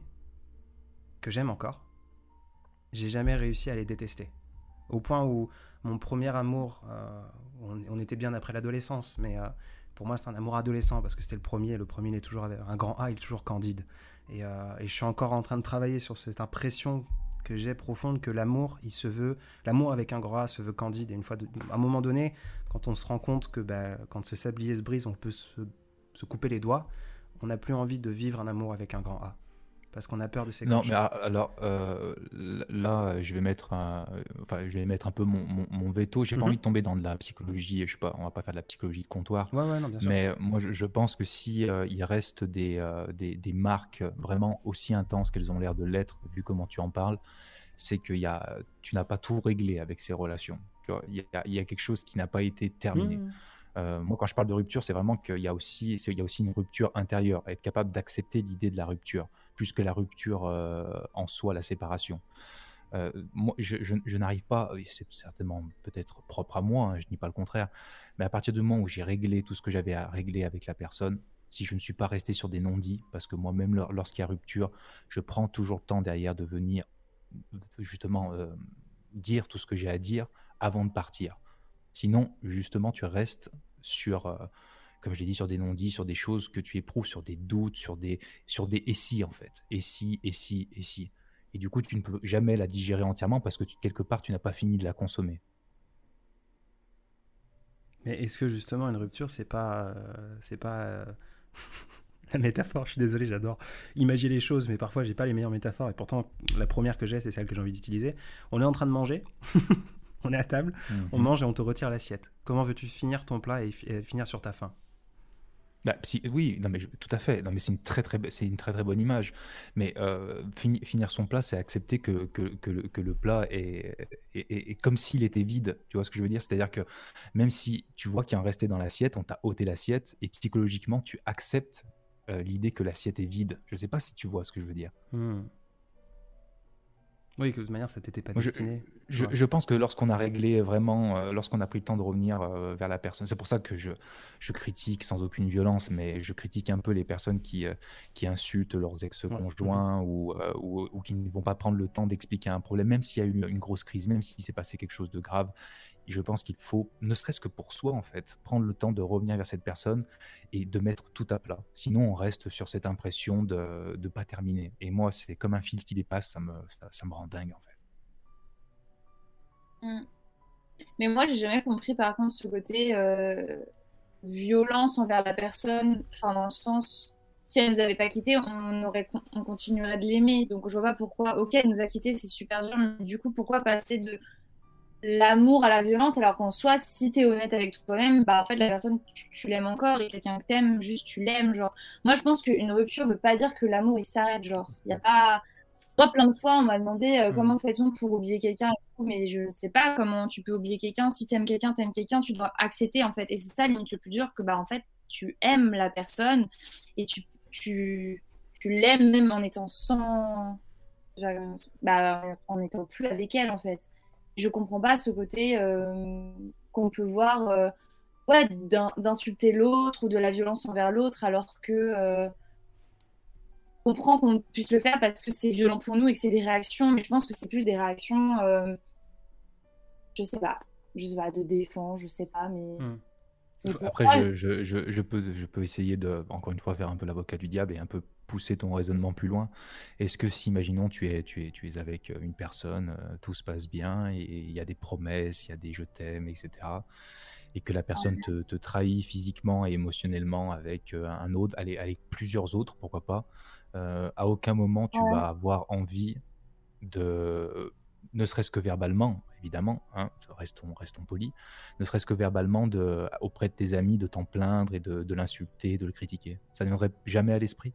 que j'aime encore, j'ai jamais réussi à les détester. Au point où mon premier amour, euh, on, on était bien après l'adolescence, mais euh, pour moi c'est un amour adolescent parce que c'était le premier, le premier il est toujours un grand A, il est toujours candide. Et, euh, et je suis encore en train de travailler sur cette impression que j'ai profonde que l'amour, il se veut, l'amour avec un grand A se veut candide. Et une fois, de, à un moment donné, quand on se rend compte que bah, quand ce sablier se brise, on peut se, se couper les doigts, on n'a plus envie de vivre un amour avec un grand A. Parce qu'on a peur de Non, mais s'écorcher. a- alors euh, là, je vais mettre un, euh, enfin, je vais mettre un peu mon, mon, mon veto. J'ai pas envie Mhm. de tomber dans de la psychologie. Je sais pas, on va pas faire de la psychologie de comptoir. Ouais, ouais, non, bien sûr. Mais moi, je, je pense que si euh, il reste des, euh, des, des marques vraiment aussi intenses qu'elles ont l'air de l'être, vu comment tu en parles, c'est que y a, tu n'as pas tout réglé avec ces relations. Tu vois, il y a, il y a quelque chose qui n'a pas été terminé. Mhm. Euh, moi, quand je parle de rupture, c'est vraiment qu'il y a aussi, c'est- il y a aussi une rupture intérieure, être capable d'accepter l'idée de la rupture, plus que la rupture euh, en soi, la séparation. Euh, moi, je, je- je n'arrive pas, et c'est certainement peut-être propre à moi, hein, je ne dis pas le contraire, mais à partir du moment où j'ai réglé tout ce que j'avais à régler avec la personne, si je ne suis pas resté sur des non-dits, parce que moi-même, lor- lorsqu'il y a rupture, je prends toujours le temps derrière de venir justement euh, dire tout ce que j'ai à dire avant de partir. Sinon, justement, tu restes sur, euh, comme je l'ai dit, sur des non-dits, sur des choses que tu éprouves, sur des doutes, sur des, sur des et si, en fait. Et si, et si, et si. Et du coup, tu ne peux jamais la digérer entièrement parce que tu- quelque part, tu n'as pas fini de la consommer. Mais est-ce que justement une rupture, c'est pas, euh, c'est pas euh, la métaphore? Je suis désolé, j'adore imaginer les choses, mais parfois j'ai pas les meilleures métaphores. Et pourtant, la première que j'ai, c'est celle que j'ai envie d'utiliser. On est en train de manger, on est à table, on Mhm. mange et on te retire l'assiette. Comment veux-tu finir ton plat et, fi- et finir sur ta faim? Bah, si, oui, non mais je- tout à fait. Non mais c'est une très très, be- c'est une très très bonne image. Mais euh, fini- finir son plat, c'est accepter que, que, que le, que le plat est, est, est- est comme s'il était vide. Tu vois ce que je veux dire? C'est-à-dire que même si tu vois qu'il en restait dans l'assiette, on t'a ôté l'assiette et psychologiquement tu acceptes euh, l'idée que l'assiette est vide. Je sais pas si tu vois ce que je veux dire. Hmm. Oui, que de toute manière, ça t'était pas Moi, je, destiné. je, Ouais. je pense que lorsqu'on a réglé vraiment, euh, lorsqu'on a pris le temps de revenir euh, vers la personne, c'est pour ça que je, je critique sans aucune violence, mais je critique un peu les personnes qui, euh, qui insultent leurs Ouais. Mhm. ex-conjoints ou, euh, ou, ou qui ne vont pas prendre le temps d'expliquer un problème, même s'il y a eu une grosse crise, même s'il s'est passé quelque chose de grave. Et je pense qu'il faut, ne serait-ce que pour soi, en fait, prendre le temps de revenir vers cette personne et de mettre tout à plat. Sinon, on reste sur cette impression de ne pas terminer. Et moi, c'est comme un fil qui dépasse, ça me, ça, ça me rend dingue, en fait. Mm. Mais moi, j'ai jamais compris par contre ce côté euh, violence envers la personne, enfin dans le sens, si elle nous avait pas quitté, on aurait, on continuerait de l'aimer. Donc je vois pas pourquoi. Ok, elle nous a quitté, c'est super dur, mais du coup, pourquoi passer de l'amour à la violence alors qu'en soi, si t'es honnête avec toi-même, bah en fait la personne tu, tu l'aimes encore et quelqu'un que t'aimes, juste tu l'aimes, genre. Moi, je pense qu'une rupture veut pas dire que l'amour il s'arrête, genre. Il y a pas moi, plein de fois, on m'a demandé euh, Hmm. comment fait-on pour oublier quelqu'un, et tout, mais je sais pas comment tu peux oublier quelqu'un. Si t'aimes quelqu'un, t'aimes quelqu'un, tu dois accepter en fait. Et c'est ça limite le plus dur, que bah en fait tu aimes la personne et tu tu, tu l'aimes même en étant sans, bah, en étant plus avec elle en fait. Je comprends pas ce côté euh, qu'on peut voir, euh, ouais, d'in- d'insulter l'autre ou de la violence envers l'autre alors que euh, comprends qu'on puisse le faire parce que c'est violent pour nous et que c'est des réactions, mais je pense que c'est plus des réactions, euh, je sais pas, je sais pas, de défense, je sais pas, mais, Hmm. mais pour Après, moi, je, je, je, je peux, je peux essayer de, encore une fois, faire un peu l'avocat du diable et un peu pousser ton raisonnement plus loin. Est-ce que si, imaginons, tu es, tu es, tu es avec une personne, euh, tout se passe bien, et il y a des promesses, il y a des je t'aime, et cetera, et que la personne te, te trahit physiquement et émotionnellement avec euh, un autre, avec, avec plusieurs autres, pourquoi pas, euh, à aucun moment tu ouais, vas avoir envie de, ne serait-ce que verbalement, évidemment, hein, restons, restons polis, ne serait-ce que verbalement de, auprès de tes amis, de t'en plaindre et de, de l'insulter, de le critiquer. Ça ne viendrait jamais à l'esprit?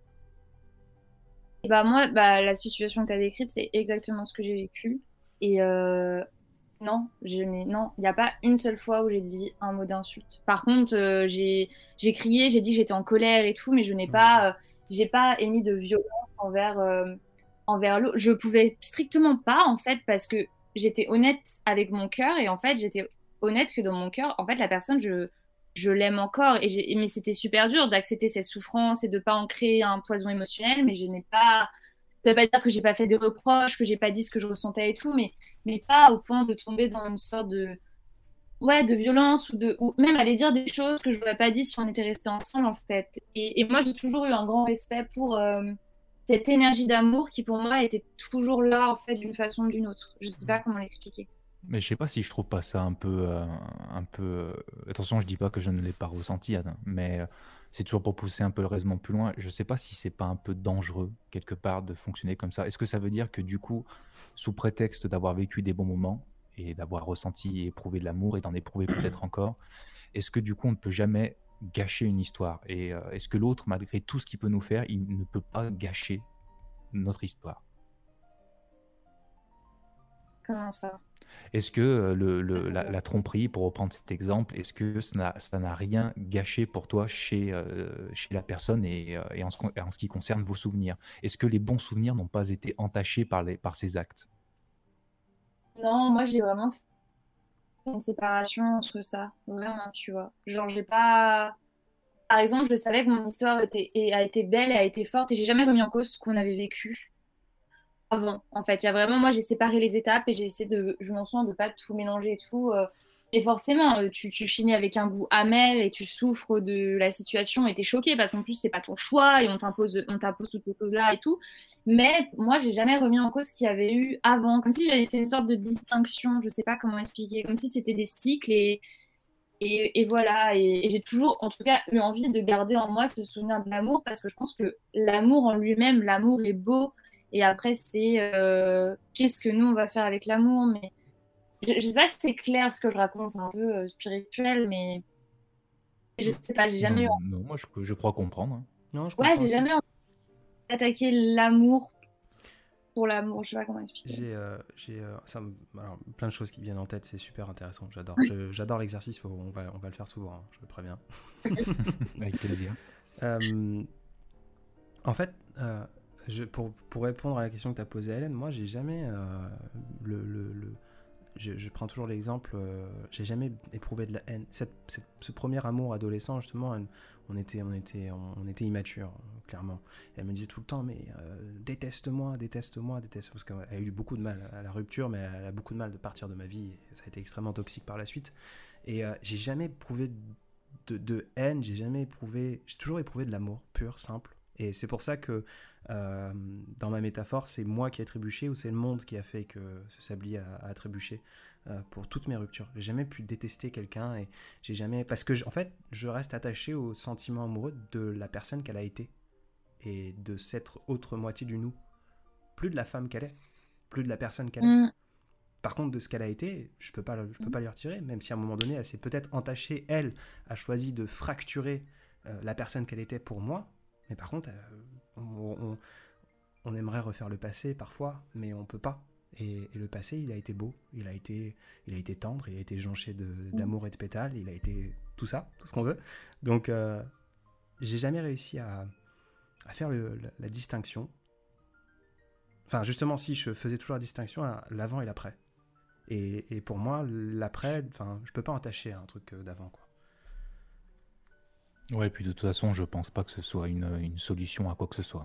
et bah moi, bah, la situation que tu as décrite, c'est exactement ce que j'ai vécu. Et euh, non, je n'ai, non, il n'y a pas une seule fois où j'ai dit un mot d'insulte. Par contre, euh, j'ai, j'ai crié, j'ai dit que j'étais en colère et tout, mais je n'ai Hmm. pas, euh, j'ai pas émis de violence envers, euh, envers l'autre. Je pouvais strictement pas, en fait, parce que j'étais honnête avec mon cœur et en fait, j'étais honnête que dans mon cœur, en fait, la personne, je, je l'aime encore. Et j'ai, mais c'était super dur d'accepter cette souffrance et de pas en créer un poison émotionnel, mais je n'ai pas, ça veut pas dire que j'ai pas fait des reproches, que j'ai pas dit ce que je ressentais et tout, mais, mais pas au point de tomber dans une sorte de, ouais, de violence ou de, ou même aller dire des choses que je n'aurais pas dit si on était restés ensemble, en fait. Et, et moi, j'ai toujours eu un grand respect pour euh, cette énergie d'amour qui, pour moi, était toujours là, en fait, d'une façon ou d'une autre. Je sais pas comment l'expliquer. Mais je sais pas si je trouve pas ça un peu, euh, un peu. euh, Attention, je dis pas que je ne l'ai pas ressenti, Anne, mais euh, c'est toujours pour pousser un peu le raisonnement plus loin. Je sais pas si c'est pas un peu dangereux quelque part de fonctionner comme ça. Est-ce que ça veut dire que du coup, sous prétexte d'avoir vécu des bons moments et d'avoir ressenti et éprouvé de l'amour et d'en éprouver peut-être encore, est-ce que du coup on ne peut jamais gâcher une histoire? Et euh, est-ce que l'autre, malgré tout ce qu'il peut nous faire, il ne peut pas gâcher notre histoire? Comment ça? Est-ce que euh, le, le- la, C'est-à-dire la tromperie, pour reprendre cet exemple, est-ce que ça n'a ça n'a rien gâché pour toi chez, euh, chez la personne et, euh, et en, ce, con- en ce qui concerne vos souvenirs? Est-ce que les bons souvenirs n'ont pas été entachés par, les, par ces actes? Non, moi, j'ai vraiment fait une séparation entre ça, vraiment, tu vois. Genre, j'ai pas. Par exemple, je savais que mon histoire était, et a été belle et a été forte et j'ai jamais remis en cause ce qu'on avait vécu. avant, en fait. Il y a vraiment, moi, j'ai séparé les étapes et j'ai essayé de, je m'en souviens de pas tout mélanger et tout. euh, et forcément, euh, tu, tu finis avec un goût amer et tu souffres de la situation et t'es choqué parce qu'en plus, c'est pas ton choix et on t'impose, on t'impose toutes ces choses-là et tout. Mais moi, j'ai jamais remis en cause ce qu'il y avait eu avant. Comme si j'avais fait une sorte de distinction, je sais pas comment expliquer, comme si c'était des cycles et, et, et voilà. Et, et j'ai toujours, en tout cas, eu envie de garder en moi ce souvenir de l'amour parce que je pense que l'amour en lui-même, l'amour est beau. Et après, c'est euh, qu'est-ce que nous, on va faire avec l'amour. Mais je, je sais pas si c'est clair ce que je raconte, c'est un peu euh, spirituel, mais je sais pas, j'ai jamais Non, eu... non, moi je, je crois comprendre, hein. Non, je Ouais, comprends j'ai aussi. jamais envie d'attaquer l'amour pour l'amour, je sais pas comment expliquer. J'ai euh, j'ai, euh, ça me- alors, plein de choses qui me viennent en tête, c'est super intéressant, j'adore. Je- J'adore l'exercice, faut- on va, on va le faire souvent, hein, je le préviens. Avec plaisir. Euh, en fait, euh, je, pour, pour répondre à la question que tu as posée à Hélène, moi j'ai jamais euh, le, le, le- je, je prends toujours l'exemple, euh, j'ai jamais éprouvé de la haine. Cette, cette- ce premier amour adolescent, justement, on était, on était, on, on était immature, clairement. Elle me disait tout le temps, mais euh, déteste-moi, déteste-moi, déteste-moi, parce qu'elle a eu beaucoup de mal à la rupture, mais elle a beaucoup de mal de partir de ma vie. Et ça a été extrêmement toxique par la suite. Et euh, j'ai jamais éprouvé de, de haine, j'ai jamais éprouvé, j'ai toujours éprouvé de l'amour pur, simple. Et c'est pour ça que euh, dans ma métaphore, c'est moi qui ai trébuché ou c'est le monde qui a fait que ce sablier a, a trébuché euh, pour toutes mes ruptures. J'ai jamais pu détester quelqu'un et j'ai jamais parce que je- en fait, je reste attaché au sentiment amoureux de la personne qu'elle a été et de cette autre moitié du nous, plus de la femme qu'elle est, plus de la personne qu'elle est. Mm. Par contre, de ce qu'elle a été, je peux pas, le- je peux pas lui retirer, même si à un moment donné, elle s'est peut-être entachée, elle a choisi de fracturer euh, la personne qu'elle était pour moi. Mais par contre, euh, on, on- on aimerait refaire le passé parfois, mais on peut pas. Et, et le passé, il a été beau, il a été, il a été tendre, il a été jonché de- d'amour et de pétales, il a été tout ça, tout ce qu'on veut. Donc, euh, j'ai jamais réussi à, à faire le- la, la distinction. Enfin, justement, si je faisais toujours la distinction à l'avant et l'après. Et, et pour moi, l'après, enfin, je peux pas entacher un truc euh, d'avant, quoi. Ouais, puis de toute façon, je pense pas que ce soit une, une solution à quoi que ce soit.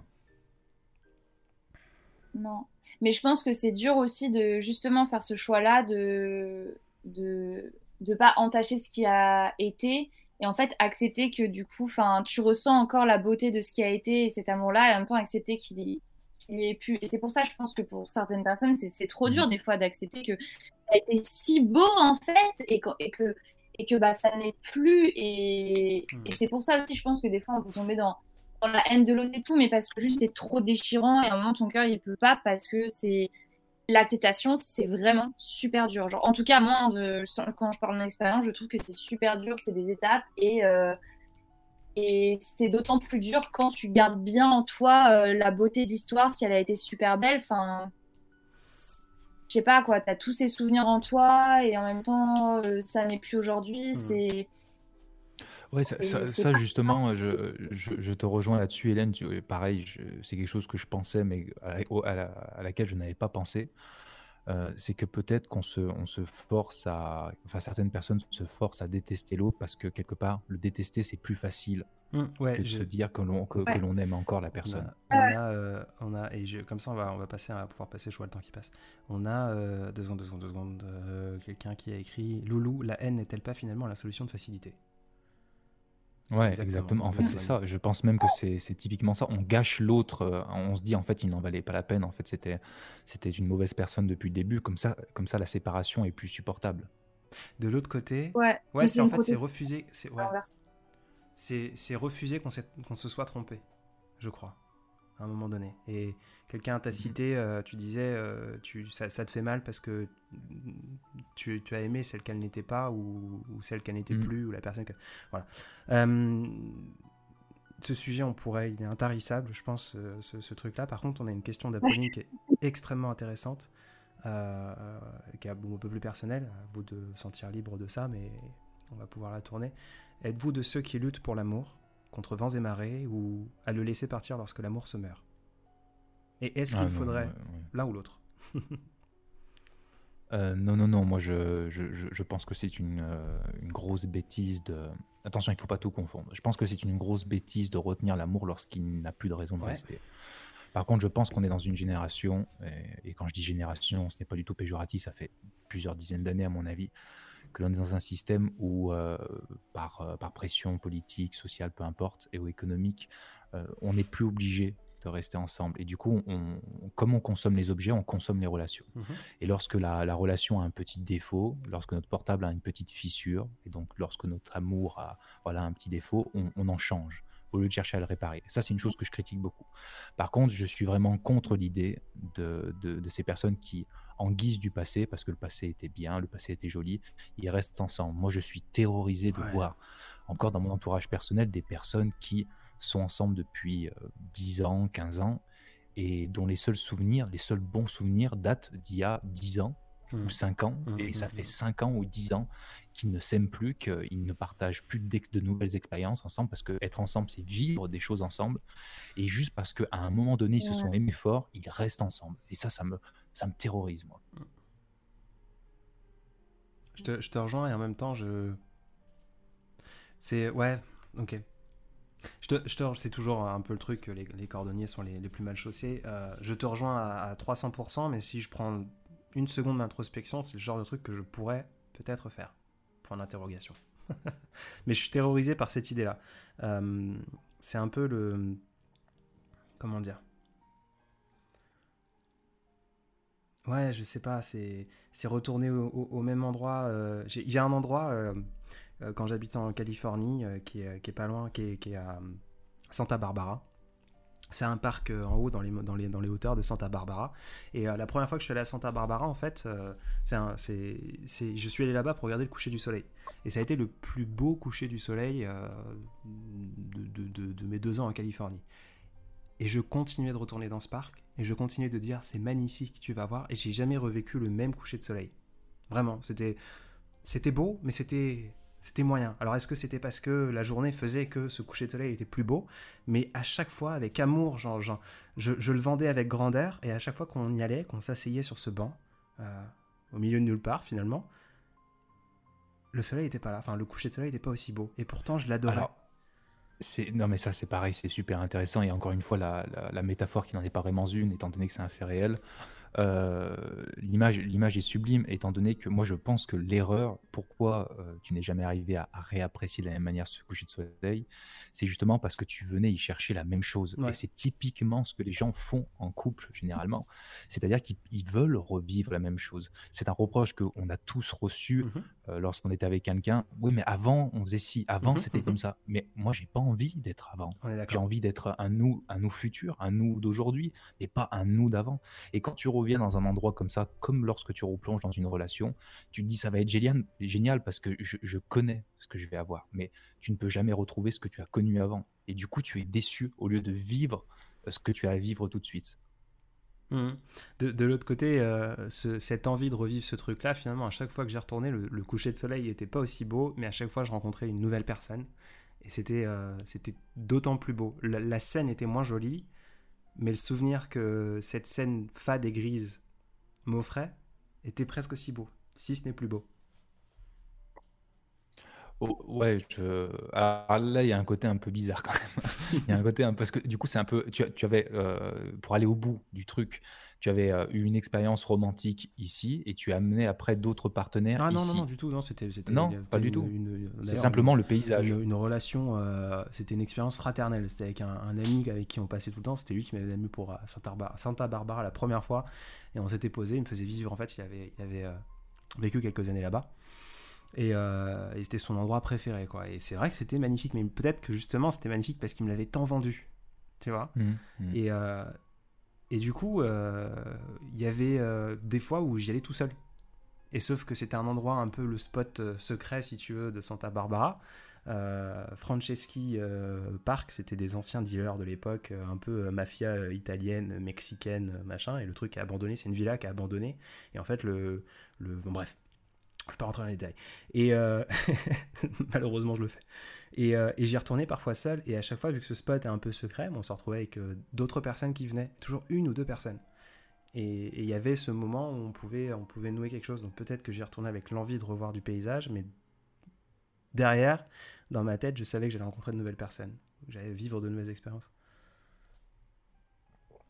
Non. Mais je pense que c'est dur aussi de justement faire ce choix-là de de de pas entacher ce qui a été et en fait accepter que du coup, enfin, tu ressens encore la beauté de ce qui a été et cet amour-là et en même temps accepter qu'il y, qu'il y ait pu. Et c'est pour ça, je pense que pour certaines personnes, c'est c'est trop dur Mhm. des fois d'accepter que ça a été si beau en fait et que et que et que bah ça n'est plus et, Mm. et c'est pour ça aussi, je pense que des fois on peut tomber dans dans la haine de l'autre et tout, mais parce que juste c'est trop déchirant et à un moment ton cœur il peut pas parce que c'est l'acceptation, c'est vraiment super dur. Genre, en tout cas, moi, de, quand je parle de mon expérience, je trouve que c'est super dur, c'est des étapes et, euh, et c'est d'autant plus dur quand tu gardes bien en toi euh, la beauté de l'histoire, si elle a été super belle. Enfin, je sais pas quoi, t'as tous ces souvenirs en toi et en même temps, euh, ça n'est plus aujourd'hui. Mm. C'est Ouais, ça, c'est ça- c'est ça, pas. justement, je, je- je te rejoins là-dessus, Hélène. Tu- pareil, je- c'est quelque chose que je pensais, mais à, la- au- à la- à laquelle je n'avais pas pensé. Euh, c'est que peut-être qu'on se, on se force à, enfin, certaines personnes se forcent à détester l'autre parce que quelque part, le détester, c'est plus facile Mm, ouais, que de je, se dire que l'on que, que Ouais. l'on aime encore la on personne. a, on a, euh, on a, et je, comme ça, on va, on va passer, à pouvoir passer. Je vois le temps qui passe. On a euh, deux secondes, deux secondes, deux secondes. euh, quelqu'un qui a écrit Loulou, la haine n'est-elle pas finalement la solution de facilité? Ouais, Exactement. exactement. En On fait, vient c'est de- ça. Je pense même que c'est c'est typiquement ça. On gâche l'autre. euh, On se dit, en fait, il n'en valait pas la peine. En fait, c'était c'était une mauvaise personne depuis le début. Comme ça, comme ça, la séparation est plus supportable. De l'autre côté, Ouais, ouais, mais c'est c'est en une fait, c'est protection refuser, c'est ouais, inverse. c'est c'est refuser qu'on s'est- qu'on se soit trompé, je crois, à un moment donné. Et quelqu'un t'a cité, euh, tu disais, euh, tu, ça, ça te fait mal parce que tu, tu as aimé celle qu'elle n'était pas ou, ou celle qu'elle n'était Mhm. plus ou la personne que... Voilà. Euh, ce sujet, on pourrait, il est intarissable, je pense, euh, ce, ce truc-là. Par contre, on a une question d'Apolline qui est extrêmement intéressante, euh, qui est un peu plus personnelle. À vous de vous sentir libre de ça, mais on va pouvoir la tourner. Êtes-vous de ceux qui luttent pour l'amour, contre vents et marées, ou à le laisser partir lorsque l'amour se meurt? Et est-ce Ah, qu'il non, faudrait ouais, ouais. l'un ou l'autre? Euh, non, non, non. Moi, je, je, je- je pense que c'est une, euh, une grosse bêtise de. Attention, il ne faut pas tout confondre. Je pense que c'est une grosse bêtise de retenir l'amour lorsqu'il n'a plus de raison de Ouais. rester. Par contre, je pense qu'on est dans une génération, et, et quand je dis génération, ce n'est pas du tout péjoratif, ça fait plusieurs dizaines d'années à mon avis, que l'on est dans un système où, euh, par, euh, par pression politique, sociale, peu importe, et ou économique, euh, on n'est plus obligé de rester ensemble. Et du coup, on, on- comme on consomme les objets, on consomme les relations. Mhm. Et lorsque la, la relation a un petit défaut, lorsque notre portable a une petite fissure, et donc lorsque notre amour a voilà, un petit défaut, on, on en change au lieu de chercher à le réparer. Ça, c'est une chose que je critique beaucoup. Par contre, je suis vraiment contre l'idée de, de, de ces personnes qui, en guise du passé, parce que le passé était bien, le passé était joli, ils restent ensemble. Moi, je suis terrorisé de Ouais. voir, encore dans mon entourage personnel, des personnes qui sont ensemble depuis euh, dix ans, quinze ans, et dont les seuls souvenirs, les seuls bons souvenirs datent d'il y a dix ans Mhm. ou cinq ans, Mhm, et ça mhm, fait mhm. cinq ans ou dix ans qu'ils ne s'aiment plus, qu'ils ne partagent plus d'ex- de nouvelles expériences ensemble, parce que être ensemble, c'est vivre des choses ensemble, et juste parce qu'à un moment donné, ils se Ouais. sont aimés fort, ils restent ensemble. Et ça, ça me, ça me terrorise, moi. Je te, je te rejoins et en même temps, je. C'est. Ouais, ok. Je te, je te- c'est toujours un peu le truc que les, les cordonniers sont les, les plus mal chaussés. Euh, je te rejoins à, à trois cents pour cent, mais si je prends une seconde d'introspection, c'est le genre de truc que je pourrais peut-être faire. Point d'interrogation. Mais je suis terrorisé par cette idée-là. Euh, c'est un peu le. Comment dire? Ouais, je sais pas, c'est, c'est retourner au, au- au même endroit. euh, j'ai, il y a un endroit, euh, euh, quand j'habitais en Californie, euh, qui, est, qui est pas loin, qui est, qui est à euh, Santa Barbara. C'est un parc euh, en haut dans les, dans, les, dans les hauteurs de Santa Barbara. Et euh, la première fois que je suis allé à Santa Barbara, en fait, euh, c'est un- c'est, c'est- je suis allé là-bas pour regarder le coucher du soleil. Et ça a été le plus beau coucher du soleil euh, de, de- de- de mes deux ans en Californie. Et je continuais de retourner dans ce parc, et je continuais de dire c'est magnifique, tu vas voir. Et j'ai jamais revécu le même coucher de soleil. Vraiment, c'était, c'était beau, mais c'était, c'était moyen. Alors est-ce que c'était parce que la journée faisait que ce coucher de soleil était plus beau? Mais à chaque fois, avec amour, genre, genre, je, je le vendais avec grandeur, et à chaque fois qu'on y allait, qu'on s'asseyait sur ce banc, euh, au milieu de nulle part finalement, le soleil n'était pas là. Enfin, le coucher de soleil n'était pas aussi beau. Et pourtant, je l'adorais. Alors, c'est, non, mais ça, c'est pareil, c'est super intéressant. Et encore une fois, la, la, la métaphore qui n'en est pas vraiment une, étant donné que c'est un fait réel, euh, l'image, l'image est sublime, étant donné que moi je pense que l'erreur, pourquoi euh, tu n'es jamais arrivé à, à réapprécier de la même manière ce coucher de soleil, c'est justement parce que tu venais y chercher la même chose. Ouais. Et c'est typiquement ce que les gens font en couple généralement. C'est-à-dire qu'ils ils veulent revivre la même chose. C'est un reproche qu'on a tous reçu Mhm. euh, lorsqu'on était avec quelqu'un. Oui, mais avant on faisait ci, avant Mhm, c'était mhm. comme ça. Mais moi j'ai pas envie d'être avant. On est J'ai d'accord. envie d'être un nous, un nous futur, un nous d'aujourd'hui, et pas un nous d'avant. Et quand tu reviens dans un endroit comme ça, comme lorsque tu replonges dans une relation, tu te dis ça va être génial, génial parce que je, je connais ce que je vais avoir, mais tu ne peux jamais retrouver ce que tu as connu avant. Et du coup, tu es déçu au lieu de vivre ce que tu as à vivre tout de suite. Mhm. De, de l'autre côté, euh, ce- cette envie de revivre ce truc-là, finalement, à chaque fois que j'y retournais, le, le coucher de soleil n'était pas aussi beau, mais à chaque fois, je rencontrais une nouvelle personne. Et c'était euh, c'était d'autant plus beau. La, la scène était moins jolie, mais le souvenir que cette scène fade et grise m'offrait était presque aussi beau, si ce n'est plus beau. Oh, ouais, je... alors là, il y a un côté un peu bizarre quand même. Il y a un côté un parce que du coup, c'est un peu. Tu, as- tu avais, euh, pour aller au bout du truc, tu avais euh, eu une expérience romantique ici et tu as amené après d'autres partenaires Ah non, non, non, ici. du tout, non, c'était c'était- Non, pas c'était du une, tout. une- C'est d'ailleurs une, simplement le paysage. une, une relation, euh, c'était une expérience fraternelle. C'était avec un, un ami avec qui on passait tout le temps. C'était lui qui m'avait amené pour euh, Santa, Bar- Santa Barbara la première fois. Et on s'était posé. Il me faisait vivre. En fait, il avait, il avait euh, vécu quelques années là-bas. Et, euh, et c'était son endroit préféré, quoi. Et c'est vrai que c'était magnifique. Mais peut-être que justement, c'était magnifique parce qu'il me l'avait tant vendu. Tu vois. Mhm, mhm. Et, euh, et du coup, euh, il y avait euh, des fois où j'y allais tout seul. Et sauf que c'était un endroit un peu le spot euh, secret, si tu veux, de Santa Barbara. Euh, Franceschi euh, Park, c'était des anciens dealers de l'époque, euh, un peu euh, mafia euh, italienne, mexicaine, euh, machin. Et le truc est abandonné, c'est une villa qui est abandonnée. Et en fait, le. le bon, bref, je ne vais pas rentrer dans les détails. Et euh, malheureusement, je le fais. Et, euh, et j'y retournais parfois seul. Et à chaque fois, vu que ce spot est un peu secret, bon, on se retrouvait avec euh, d'autres personnes qui venaient. Toujours une ou deux personnes. Et il y avait ce moment où on pouvait, on pouvait nouer quelque chose. Donc peut-être que j'y retournais avec l'envie de revoir du paysage, mais derrière, dans ma tête, je savais que j'allais rencontrer de nouvelles personnes. Que j'allais vivre de nouvelles expériences.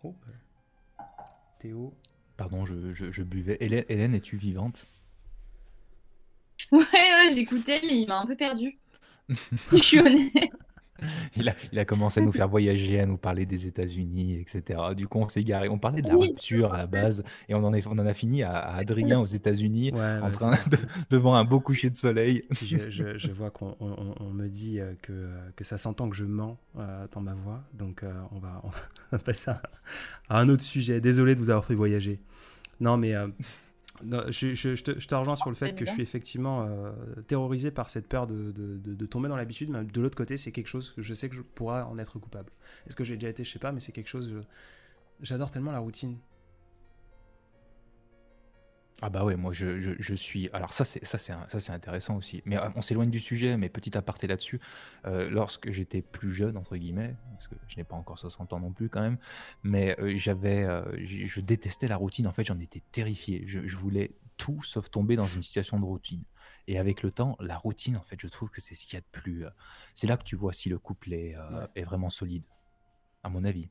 Oh, euh, Théo. Pardon, je, je, je buvais. Hélène, Hélène, es-tu vivante? Ouais, ouais, j'écoutais, mais il m'a un peu perdu. Je suis honnête. Il a, il a commencé à nous faire voyager, à nous parler des États-Unis, et cetera. Du coup, on s'est garé. On parlait de la Oui, rupture à la base, et on en, est, on en a fini à, à Adrien aux États-Unis, Ouais, en ouais, train c'est de, devant un beau coucher de soleil. Puis je, je, je vois qu'on on, on me dit euh, que, euh, que ça s'entend que je mens euh, dans ma voix, donc euh, on, va, on va passer à, à un autre sujet. Désolé de vous avoir fait voyager. Non, mais euh, non, je, je, je, te, je te rejoins sur le fait que je suis effectivement euh, terrorisé par cette peur de, de, de, de tomber dans l'habitude, mais de l'autre côté, c'est quelque chose que je sais que je pourrais en être coupable. Est-ce que j'ai déjà été, je sais pas, mais c'est quelque chose... Je, j'adore tellement la routine. Ah bah ouais, moi je, je, je suis... Alors ça c'est ça c'est un- ça c'est intéressant aussi. Mais euh, on s'éloigne du sujet, mais petit aparté là-dessus. Euh, lorsque j'étais plus jeune, entre guillemets, parce que je n'ai pas encore soixante ans non plus quand même, mais euh, j'avais, euh, j- je détestais la routine, en fait j'en étais terrifié. Je, je voulais tout sauf tomber dans une situation de routine. Et avec le temps, la routine, en fait, je trouve que c'est ce qu'il y a de plus... euh, c'est là que tu vois si le couple est, euh, Ouais, est vraiment solide, à mon avis.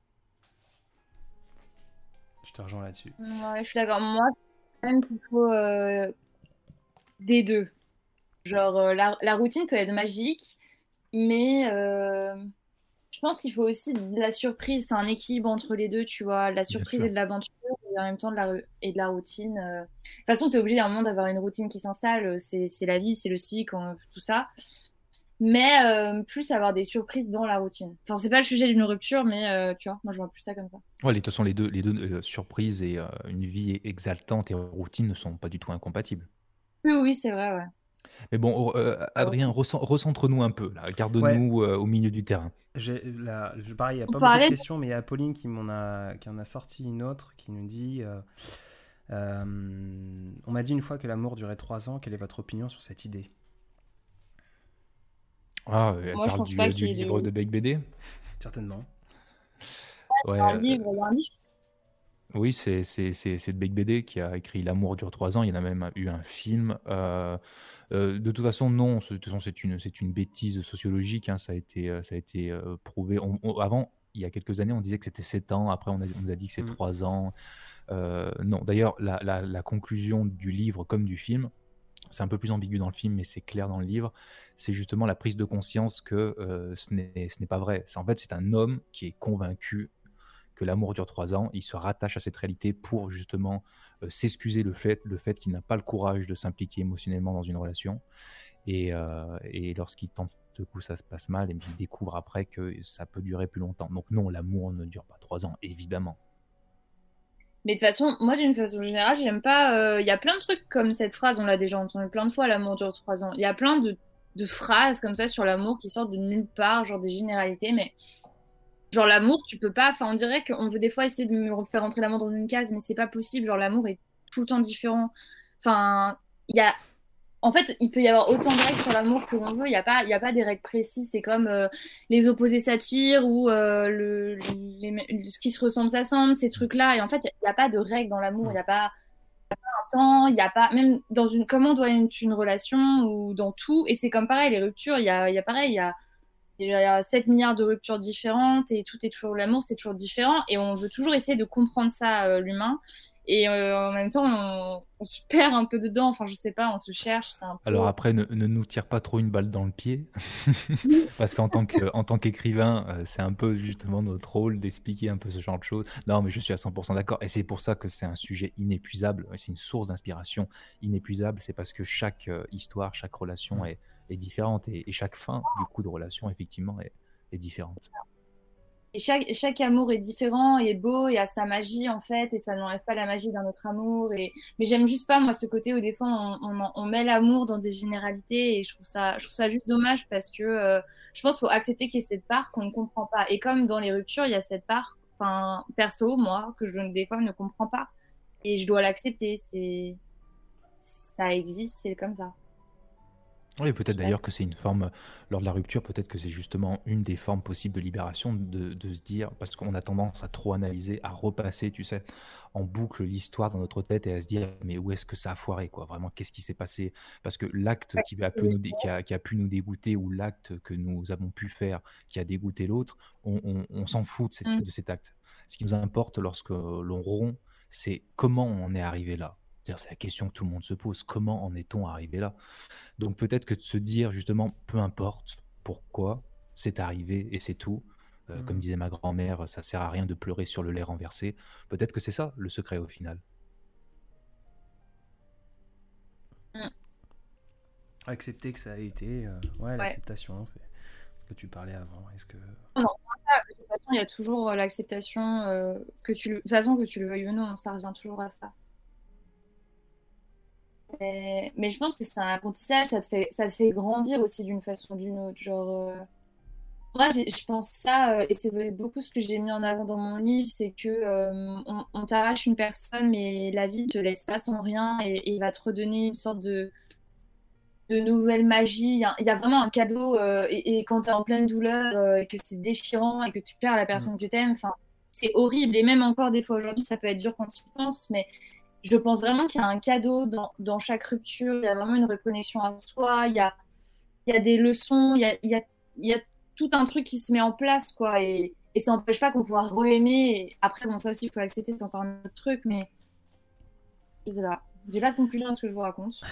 je te rejoins là-dessus. Ouais, je suis d'accord. Moi, je pense même qu'il faut euh, des deux. Genre, euh, la, la routine peut être magique, mais euh, je pense qu'il faut aussi de la surprise. C'est un équilibre entre les deux, tu vois. De la Bien surprise et sûr. de l'aventure, et en même temps de la, ru- et de la routine. euh. De toute façon, tu es obligé à un moment d'avoir une routine qui s'installe. C'est, c'est la vie, c'est le cycle, euh, tout ça. Mais euh, plus avoir des surprises dans la routine. Enfin, c'est pas le sujet d'une rupture, mais euh, tu vois, moi je vois plus ça comme ça. Ouais, de toute façon, les deux, les deux euh, surprises et euh, une vie exaltante et routine ne sont pas du tout incompatibles. Oui, oui, c'est vrai, ouais. Mais bon, euh, Adrien, recen- recentre-nous un peu, là. Ouais, Garde-nous euh, au milieu du terrain. j'ai, là, je- pareil, il n'y a On pas beaucoup de parlait de... questions, mais il y a Pauline qui, m'en a, qui en a sorti une autre, qui nous dit... euh, euh, on m'a dit une fois que l'amour durait trois ans, quelle est votre opinion sur cette idée? Ah, euh, elle Moi, je parle pense du, pas euh, du qu'il y ait livre de... de Beck B D. Certainement. Ouais, un euh, livre, il y a un livre. oui, c'est c'est- c'est- c'est de Beck B D qui a écrit L'amour dure trois ans. Il y en a même eu un film. Euh, euh, de toute façon, non, c'est- de toute façon, c'est une, c'est une bêtise sociologique, hein, ça a été, euh, ça a été euh, prouvé. On- on- avant, il y a quelques années, on disait que c'était sept ans. Après, on, a- on nous a dit que c'est Mm. trois ans. Euh, non, d'ailleurs, la, la- la conclusion du livre comme du film, c'est un peu plus ambigu dans le film, mais c'est clair dans le livre, c'est justement la prise de conscience que euh, ce n'est ce n'est pas vrai. C'est, en fait, c'est un homme qui est convaincu que l'amour dure trois ans. Il se rattache à cette réalité pour justement euh, s'excuser le fait, le fait qu'il n'a pas le courage de s'impliquer émotionnellement dans une relation. Et, euh, et lorsqu'il tente de coup, ça se passe mal, et puis il découvre après que ça peut durer plus longtemps. Donc non, l'amour ne dure pas trois ans, évidemment. Mais de toute façon, moi, d'une façon générale, j'aime pas... euh, Il y a plein de trucs comme cette phrase, on l'a déjà entendu plein de fois, l'amour dure trois ans. Il y a plein de, de phrases comme ça sur l'amour qui sortent de nulle part, genre des généralités, mais... Genre l'amour, tu peux pas... Enfin, on dirait qu'on veut des fois essayer de me faire rentrer l'amour dans une case, mais c'est pas possible. Genre l'amour est tout le temps différent. Enfin, il y a... En fait, il peut y avoir autant de règles sur l'amour que l'on veut. Il n'y a pas, il y a pas des règles précises. C'est comme euh, les opposés s'attirent ou euh, le, les- ce qui se ressemble s'assemble, ces trucs-là. Et en fait, il n'y a, il y a pas de règles dans l'amour. Il Mm. n'y a pas un temps, il n'y a pas... Même dans une... Comment doit être une relation ou dans tout. Et c'est comme pareil, les ruptures, il y a, il y a pareil, il y a, il y a sept milliards de ruptures différentes et tout est toujours... L'amour, c'est toujours différent. Et on veut toujours essayer de comprendre ça, euh, l'humain. Et euh, en même temps, on, on se perd un peu dedans. Enfin, je sais pas, on se cherche. C'est un Alors peu... après, ne, ne nous tire pas trop une balle dans le pied, parce qu'en tant que, en tant qu'écrivain, euh, c'est un peu justement notre rôle d'expliquer un peu ce genre de choses. Non, mais je suis à cent pour cent d'accord, et c'est pour ça que c'est un sujet inépuisable, c'est une source d'inspiration inépuisable, c'est parce que chaque euh, histoire, chaque relation Mm. est, est différente, et, et chaque fin, du coup, de relation, effectivement, est, est différente. Et chaque, chaque amour est différent et beau et a sa magie en fait, et ça n'enlève pas la magie d'un autre amour. Et... Mais j'aime juste pas moi ce côté où des fois on, on, on met l'amour dans des généralités et je trouve ça, je trouve ça juste dommage parce que euh, je pense qu'il faut accepter qu'il y ait cette part qu'on ne comprend pas. Et comme dans les ruptures, il y a cette part, enfin perso, moi, que je des fois ne comprends pas et je dois l'accepter. C'est... Ça existe, c'est comme ça. Oui, Je peut-être sais pas. d'ailleurs que c'est une forme, lors de la rupture, peut-être que c'est justement une des formes possibles de libération de, de se dire, parce qu'on a tendance à trop analyser, à repasser, tu sais, en boucle l'histoire dans notre tête et à se dire, mais où est-ce que ça a foiré, quoi, vraiment, qu'est-ce qui s'est passé? Parce que l'acte qui a, pu nous, dé- qui a, qui a pu nous dégoûter ou l'acte que nous avons pu faire qui a dégoûté l'autre, on, on- on s'en fout de, cet- Mm. de cet acte. Ce qui nous importe lorsque l'on rompt, c'est comment on est arrivé là. C'est-à-dire, c'est la question que tout le monde se pose, comment en est-on arrivé là? Donc peut-être que de se dire justement, peu importe pourquoi, c'est arrivé et c'est tout. Heu, comme Mhm. disait ma grand-mère, ça sert à rien de pleurer sur le lait renversé. Peut-être que c'est ça le secret au final. Mm. Accepter que ça a été, euh, ouais, Ouais. l'acceptation, c'est ce que tu parlais avant. Est-ce que Non, de toute façon, il y a toujours euh, l'acceptation, euh, que tu le... de toute façon, que tu le veuilles ou non, ça revient toujours à ça. Mais, mais je pense que c'est un apprentissage, ça te fait, ça te fait grandir aussi d'une façon ou d'une autre. Genre, euh, moi, j'ai- je pense ça, euh, et c'est beaucoup ce que j'ai mis en avant dans mon livre, c'est que euh, on, on t'arrache une personne, mais la vie te laisse pas sans rien et, et va te redonner une sorte de, de nouvelle magie. Il y a, il y a vraiment un cadeau, euh, et, et quand tu es en pleine douleur, euh, et que c'est déchirant et que tu perds la Mm. personne que tu aimes, enfin, c'est horrible. Et même encore des fois aujourd'hui, ça peut être dur quand tu y penses, mais je pense vraiment qu'il y a un cadeau dans, dans chaque rupture. Il y a vraiment une reconnexion à soi. Il y a, il y a des leçons. Il y a, il y a, il y a tout un truc qui se met en place, quoi. Et, et ça n'empêche pas qu'on pourra re-aimer. Et après, bon, ça aussi, il faut l'accepter, c'est encore un autre truc, mais je sais pas. J'ai pas de conclusion à ce que je vous raconte.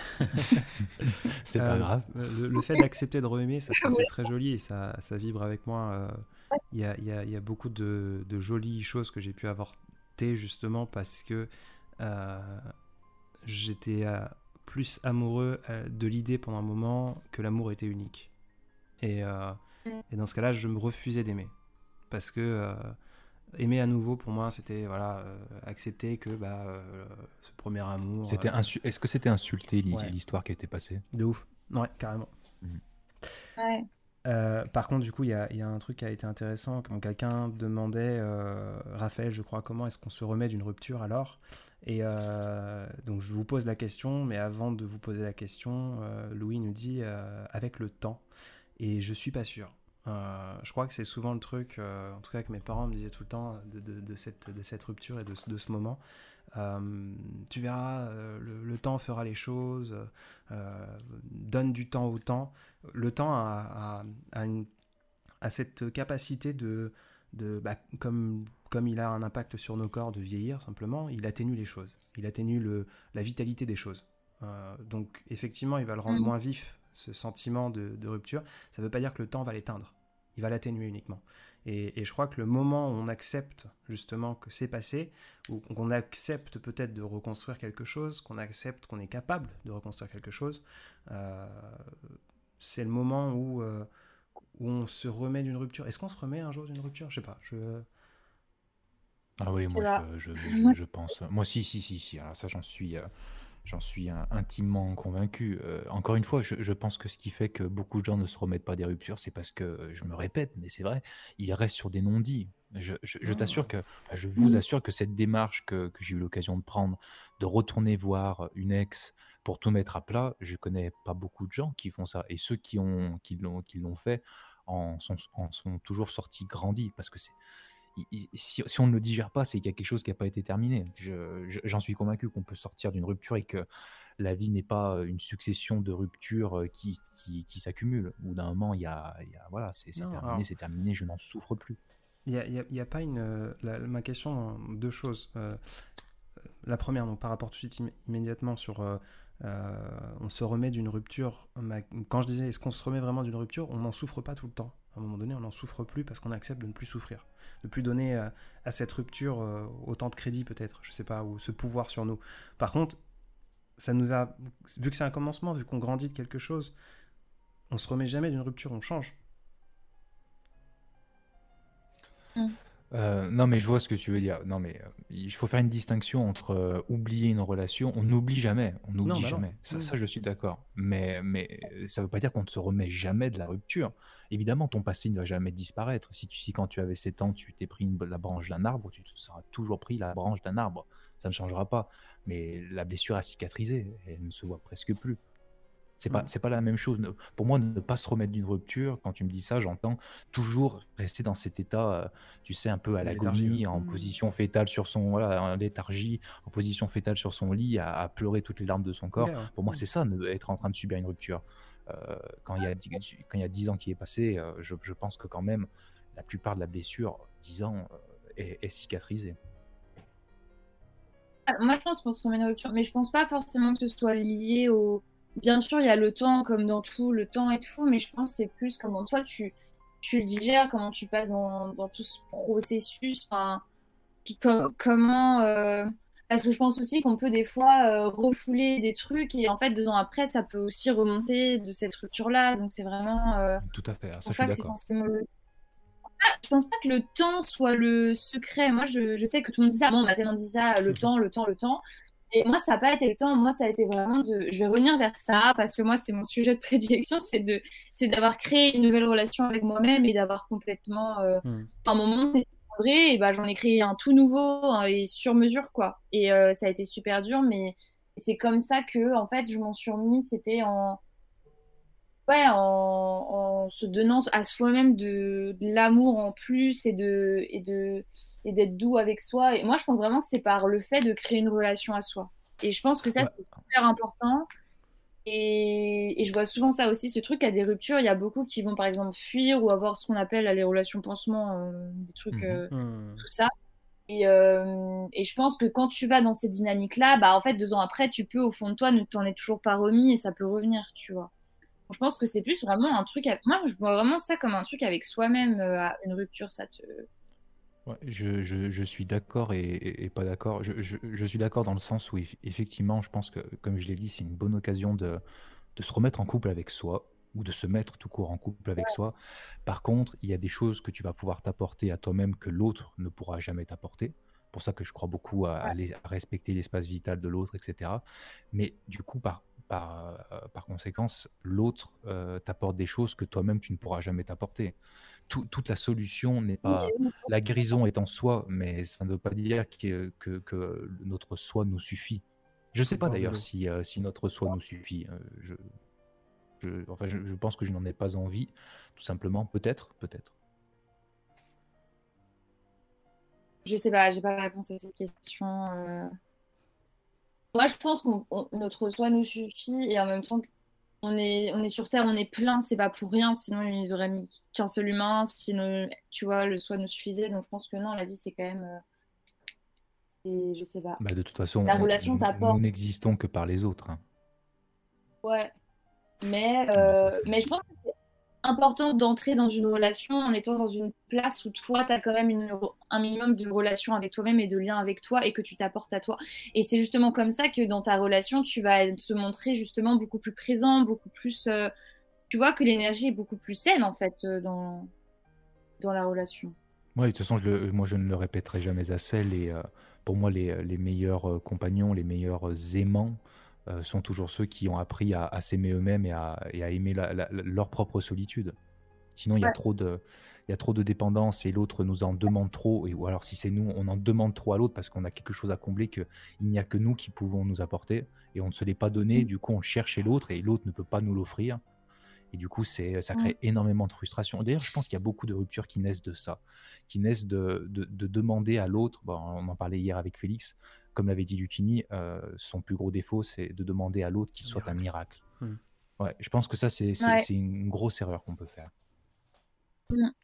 C'est pas Euh, grave. le, le fait d'accepter de re-aimer, ça, ça, c'est Ouais. très joli et ça, ça vibre avec moi. euh, Il y, a, il y a- il y a beaucoup de, de jolies choses que j'ai pu avorter justement parce que euh, j'étais euh, plus amoureux euh, de l'idée pendant un moment que l'amour était unique. Et, euh, et dans ce cas-là, je me refusais d'aimer. Parce que euh, aimer à nouveau, pour moi, c'était voilà, euh, accepter que bah, euh, ce premier amour. C'était euh, insu Est-ce que c'était insulté l'hi ouais, l'histoire qui a été passée? de ouf. Ouais, carrément. Mmh. Ouais. Euh, par contre, du coup, il y a, il y a un truc qui a été intéressant quand quelqu'un demandait, euh, Raphaël, je crois, comment est-ce qu'on se remet d'une rupture alors. Et euh, donc, je vous pose la question, mais avant de vous poser la question, euh, Louis nous dit euh, avec le temps. Et je suis pas sûr. Euh, je crois que c'est souvent le truc, euh, en tout cas que mes parents me disaient tout le temps de, de- de cette, de cette rupture et de, ce- de ce moment. Euh, tu verras, euh, le, le temps fera les choses, euh, donne du temps au temps. Le temps a, a- a une- a cette capacité de, de bah, comme, comme il a un impact sur nos corps de vieillir simplement, il atténue les choses. Il atténue le, la vitalité des choses. Euh, donc effectivement, il va le rendre Mm. moins vif, ce sentiment de, de rupture. Ça ne veut pas dire que le temps va l'éteindre. Il va l'atténuer uniquement. Et, et je crois que le moment où on accepte justement que c'est passé, ou qu'on accepte peut-être de reconstruire quelque chose, qu'on accepte qu'on est capable de reconstruire quelque chose, euh, c'est le moment où, euh, où on se remet d'une rupture. Est-ce qu'on se remet un jour d'une rupture? Je sais pas. Je... Ah oui, Je sais moi je pas. je je je pense. Moi si, si, si, si, alors ça j'en suis, heu, j'en suis in intimement convaincu. Heu, encore une fois, je je pense que ce qui fait que beaucoup de gens ne se remettent pas des ruptures, c'est parce que, heu, je me répète, mais c'est vrai, ils restent sur des non-dits. Je je je t'assure Hmm. que enfin, je vous Mm. assure que cette démarche que que j'ai eu l'occasion de prendre, de retourner voir une ex pour tout mettre à plat, je connais pas beaucoup de gens qui font ça et ceux qui ont qui l'ont qui l'ont fait en sont en sont toujours sortis grandis parce que c'est i- i- si, si on ne le digère pas, c'est qu'il y a quelque chose qui n'a pas été terminé. Je- je- J'en suis convaincu qu'on peut sortir d'une rupture et que la vie n'est pas euh, une succession de ruptures euh, qui, qui, qui s'accumulent. Ou d'un moment, il y a, il y a- voilà, c'est c'est Non, terminé, alors, c'est terminé, je n'en souffre plus. il n'y a, il y a- il y a pas une. euh, la- ma question, euh, deux choses. Euh, la première, donc, par rapport tout de suite immé- immédiatement sur. Euh, euh, on se remet d'une rupture. Ma- quand je disais est-ce qu'on se remet vraiment d'une rupture, on n'en souffre pas tout le temps. À un moment donné, on n'en souffre plus parce qu'on accepte de ne plus souffrir. De plus donner euh, à cette rupture euh, autant de crédit, peut-être, je sais pas, ou ce pouvoir sur nous. Par contre, ça nous a. Vu que c'est un commencement, vu qu'on grandit de quelque chose, on se remet jamais d'une rupture, on change. Mm. Euh, non, mais je vois ce que tu veux dire. Non, mais euh, il faut faire une distinction entre euh, oublier une relation. On n'oublie jamais. On Non, n'oublie bah non. jamais. Ça, Mm. ça, je suis d'accord. Mais, mais euh, ça ne veut pas dire qu'on ne se remet jamais de la rupture. Évidemment, ton passé ne va jamais disparaître. Si tu si quand tu avais sept ans, tu t'es pris une- la branche d'un arbre, tu te seras toujours pris la branche d'un arbre. Ça ne changera pas. Mais la blessure a cicatrisé. Elle ne se voit presque plus. C'est pas, Mm. c'est pas la même chose. Ne- Pour moi, ne pas se remettre d'une rupture, quand tu me dis ça, j'entends toujours rester dans cet état, euh, tu sais, un peu à De léthargie, ouais. l'agonie, en Mm. position fétale sur son, voilà, en léthargie, en position fétale sur son lit, à, à pleurer toutes les larmes de son Ok, corps. ouais. Pour moi, Mm. c'est ça, ne- être en train de subir une rupture. Euh, quand il y a, dix- quand il y a dix ans qui est passé, euh, je, je pense que quand même, la plupart de la blessure, dix ans, euh, est, est cicatrisée. Ah, moi, je pense qu'on se remet une rupture, mais je pense pas forcément que ce soit lié au. Bien sûr, il y a le temps, comme dans tout, le temps est fou, mais je pense que c'est plus comment toi tu, tu le digères, comment tu passes dans, dans tout ce processus, enfin, qui, co- comment. euh, Parce que je pense aussi qu'on peut des fois euh, refouler des trucs et en fait, deux ans après, ça peut aussi remonter de cette rupture-là. Donc, c'est vraiment. euh, Tout à fait, Je ah, ça pense je suis pas que c'est d'accord. forcément le je pense pas que le temps soit le secret. Moi, je, je sais que tout le monde dit ça. Bon, on m'a tellement dit ça, le temps, le temps, le temps. Et moi, ça n'a pas été le temps. Moi, ça a été vraiment de. Je vais revenir vers ça parce que moi, c'est mon sujet de prédilection, c'est de, c'est d'avoir créé une nouvelle relation avec moi-même et d'avoir complètement. Euh... Mm. Enfin, mon monde s'est effondré et bah, j'en ai créé un tout nouveau hein, et sur mesure, quoi. Et euh, ça a été super dur, mais c'est comme ça que, en fait, je m'en suis remis. C'était en ouais, en, en se donnant à soi-même de, de l'amour en plus et de et de et d'être doux avec soi. Et moi, je pense vraiment que c'est par le fait de créer une relation à soi. Et je pense que ça, Ouais, c'est super important. Et, et je vois souvent ça aussi, ce truc à des ruptures. Il y a beaucoup qui vont par exemple fuir ou avoir ce qu'on appelle les relations pansement, euh, des trucs, mhm. euh, Mm. tout ça. Et, euh, et je pense que quand tu vas dans ces dynamiques-là, bah en fait, deux ans après, tu peux au fond de toi ne t'en es toujours pas remis et ça peut revenir, tu vois. Je pense que c'est plus vraiment un truc. avec- Moi, je vois vraiment ça comme un truc avec soi-même, euh, à une rupture, ça te. Ouais, je, je- je suis d'accord et, et- et pas d'accord. Je, je- je suis d'accord dans le sens où eff- effectivement, je pense que, comme je l'ai dit, c'est une bonne occasion de, de se remettre en couple avec soi ou de se mettre tout court en couple avec soi. Par contre, il y a des choses que tu vas pouvoir t'apporter à toi-même que l'autre ne pourra jamais t'apporter. Pour ça que je crois beaucoup à, à les- à respecter l'espace vital de l'autre, et cetera. Mais du coup, par, par, euh, par conséquence, l'autre euh, t'apporte des choses que toi-même tu ne pourras jamais t'apporter. Tout- toute la solution n'est Oui, pas. oui, La guérison est en soi, mais ça ne veut pas dire que, que, que notre soi nous suffit. Je ne sais Au pas bord de d'ailleurs l'eau. si, euh, si notre soi nous suffit. Euh, je, je, enfin, je, je pense que je n'en ai pas envie, tout simplement. Peut-être, peut-être. je sais pas, j'ai pas la réponse à cette question. euh. Moi, je pense que notre soi nous suffit et en même temps, on est, on est sur Terre, on est plein, c'est pas pour rien, sinon ils auraient mis qu'un seul humain, sinon, tu vois, le soi nous suffisait. Donc je pense que non, la vie, c'est quand même. euh, c'est- je sais pas. Bah, de toute façon, La on- relation nous t'apporte, n'existons que par les autres, hein. ouais. Mais, Bah, ça, euh, c'est... mais je pense important d'entrer dans une relation en étant dans une place où toi, tu as quand même une, un minimum de relation avec toi-même et de lien avec toi et que tu t'apportes à toi. Et c'est justement comme ça que dans ta relation, tu vas te montrer justement beaucoup plus présent, beaucoup plus... euh, tu vois que l'énergie est beaucoup plus saine en fait euh, dans, dans la relation. Ouais, de toute façon, je le- moi, je ne le répéterai jamais assez. Les, euh, pour moi, les, les meilleurs euh, compagnons, les meilleurs euh, aimants euh, sont toujours ceux qui ont appris à, à s'aimer eux-mêmes et à, et à aimer la- la- leur propre solitude. Sinon, il y a Ouais. trop de, il y a trop de dépendance et l'autre nous en demande trop. Et, ou alors, si c'est nous, on en demande trop à l'autre parce qu'on a quelque chose à combler qu'il n'y a que nous qui pouvons nous apporter et on ne se l'est pas donné. Mm. Du coup, on cherche chez l'autre et l'autre ne peut pas nous l'offrir. Et du coup, c'est, ça Mm. crée énormément de frustration. D'ailleurs, je pense qu'il y a beaucoup de ruptures qui naissent de ça, qui naissent de, de, de demander à l'autre, bon, on en parlait hier avec Félix, comme l'avait dit Lucchini, euh, son plus gros défaut, c'est de demander à l'autre qu'il Un soit un miracle. miracle. Mm. Ouais, je pense que ça, c'est, c'est, Ouais. c'est une grosse erreur qu'on peut faire. Mm.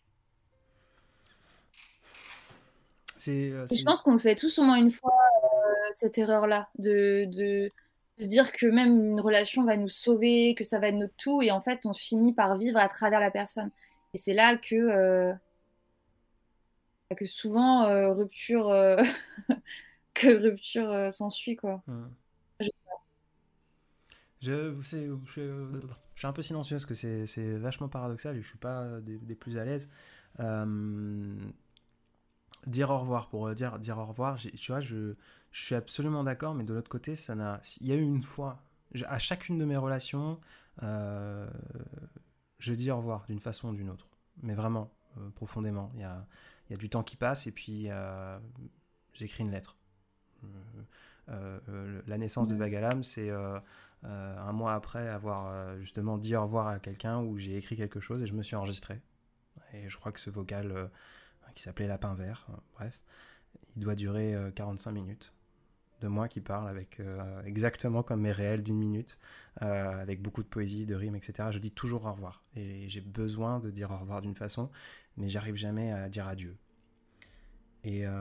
C'est, euh, Et je c'est... pense qu'on le fait tous au moins une fois, euh, cette erreur-là, de, de, de se dire que même une relation va nous sauver, que ça va être notre tout, et en fait, on finit par vivre à travers la personne. Et c'est là que, euh, que souvent, euh, rupture, euh, que rupture euh, s'ensuit, quoi. Mm. Je sais Je, c'est- je, je suis un peu silencieux parce que c'est, c'est vachement paradoxal et je suis pas des, des plus à l'aise. Euh, dire au revoir, pour dire, dire au revoir, j'ai- tu vois, je, je suis absolument d'accord, mais de l'autre côté, ça n'a, il y a eu une fois, je- à chacune de mes relations, euh, je dis au revoir d'une façon ou d'une autre, mais vraiment, euh, profondément. Il y a, il y a du temps qui passe et puis euh, j'écris une lettre. Euh, euh, la naissance de pas. Vagalam, c'est euh, euh, un mois après avoir euh, justement dit au revoir à quelqu'un où j'ai écrit quelque chose et je me suis enregistré. Et je crois que ce vocal euh, qui s'appelait Lapin Vert, euh, bref, il doit durer euh, quarante-cinq minutes. De moi qui parle avec euh, exactement comme mes réels d'une minute, euh, avec beaucoup de poésie, de rimes, et cetera. Je dis toujours au revoir. Et j'ai besoin de dire au revoir d'une façon, mais j'arrive jamais à dire adieu. Et, euh,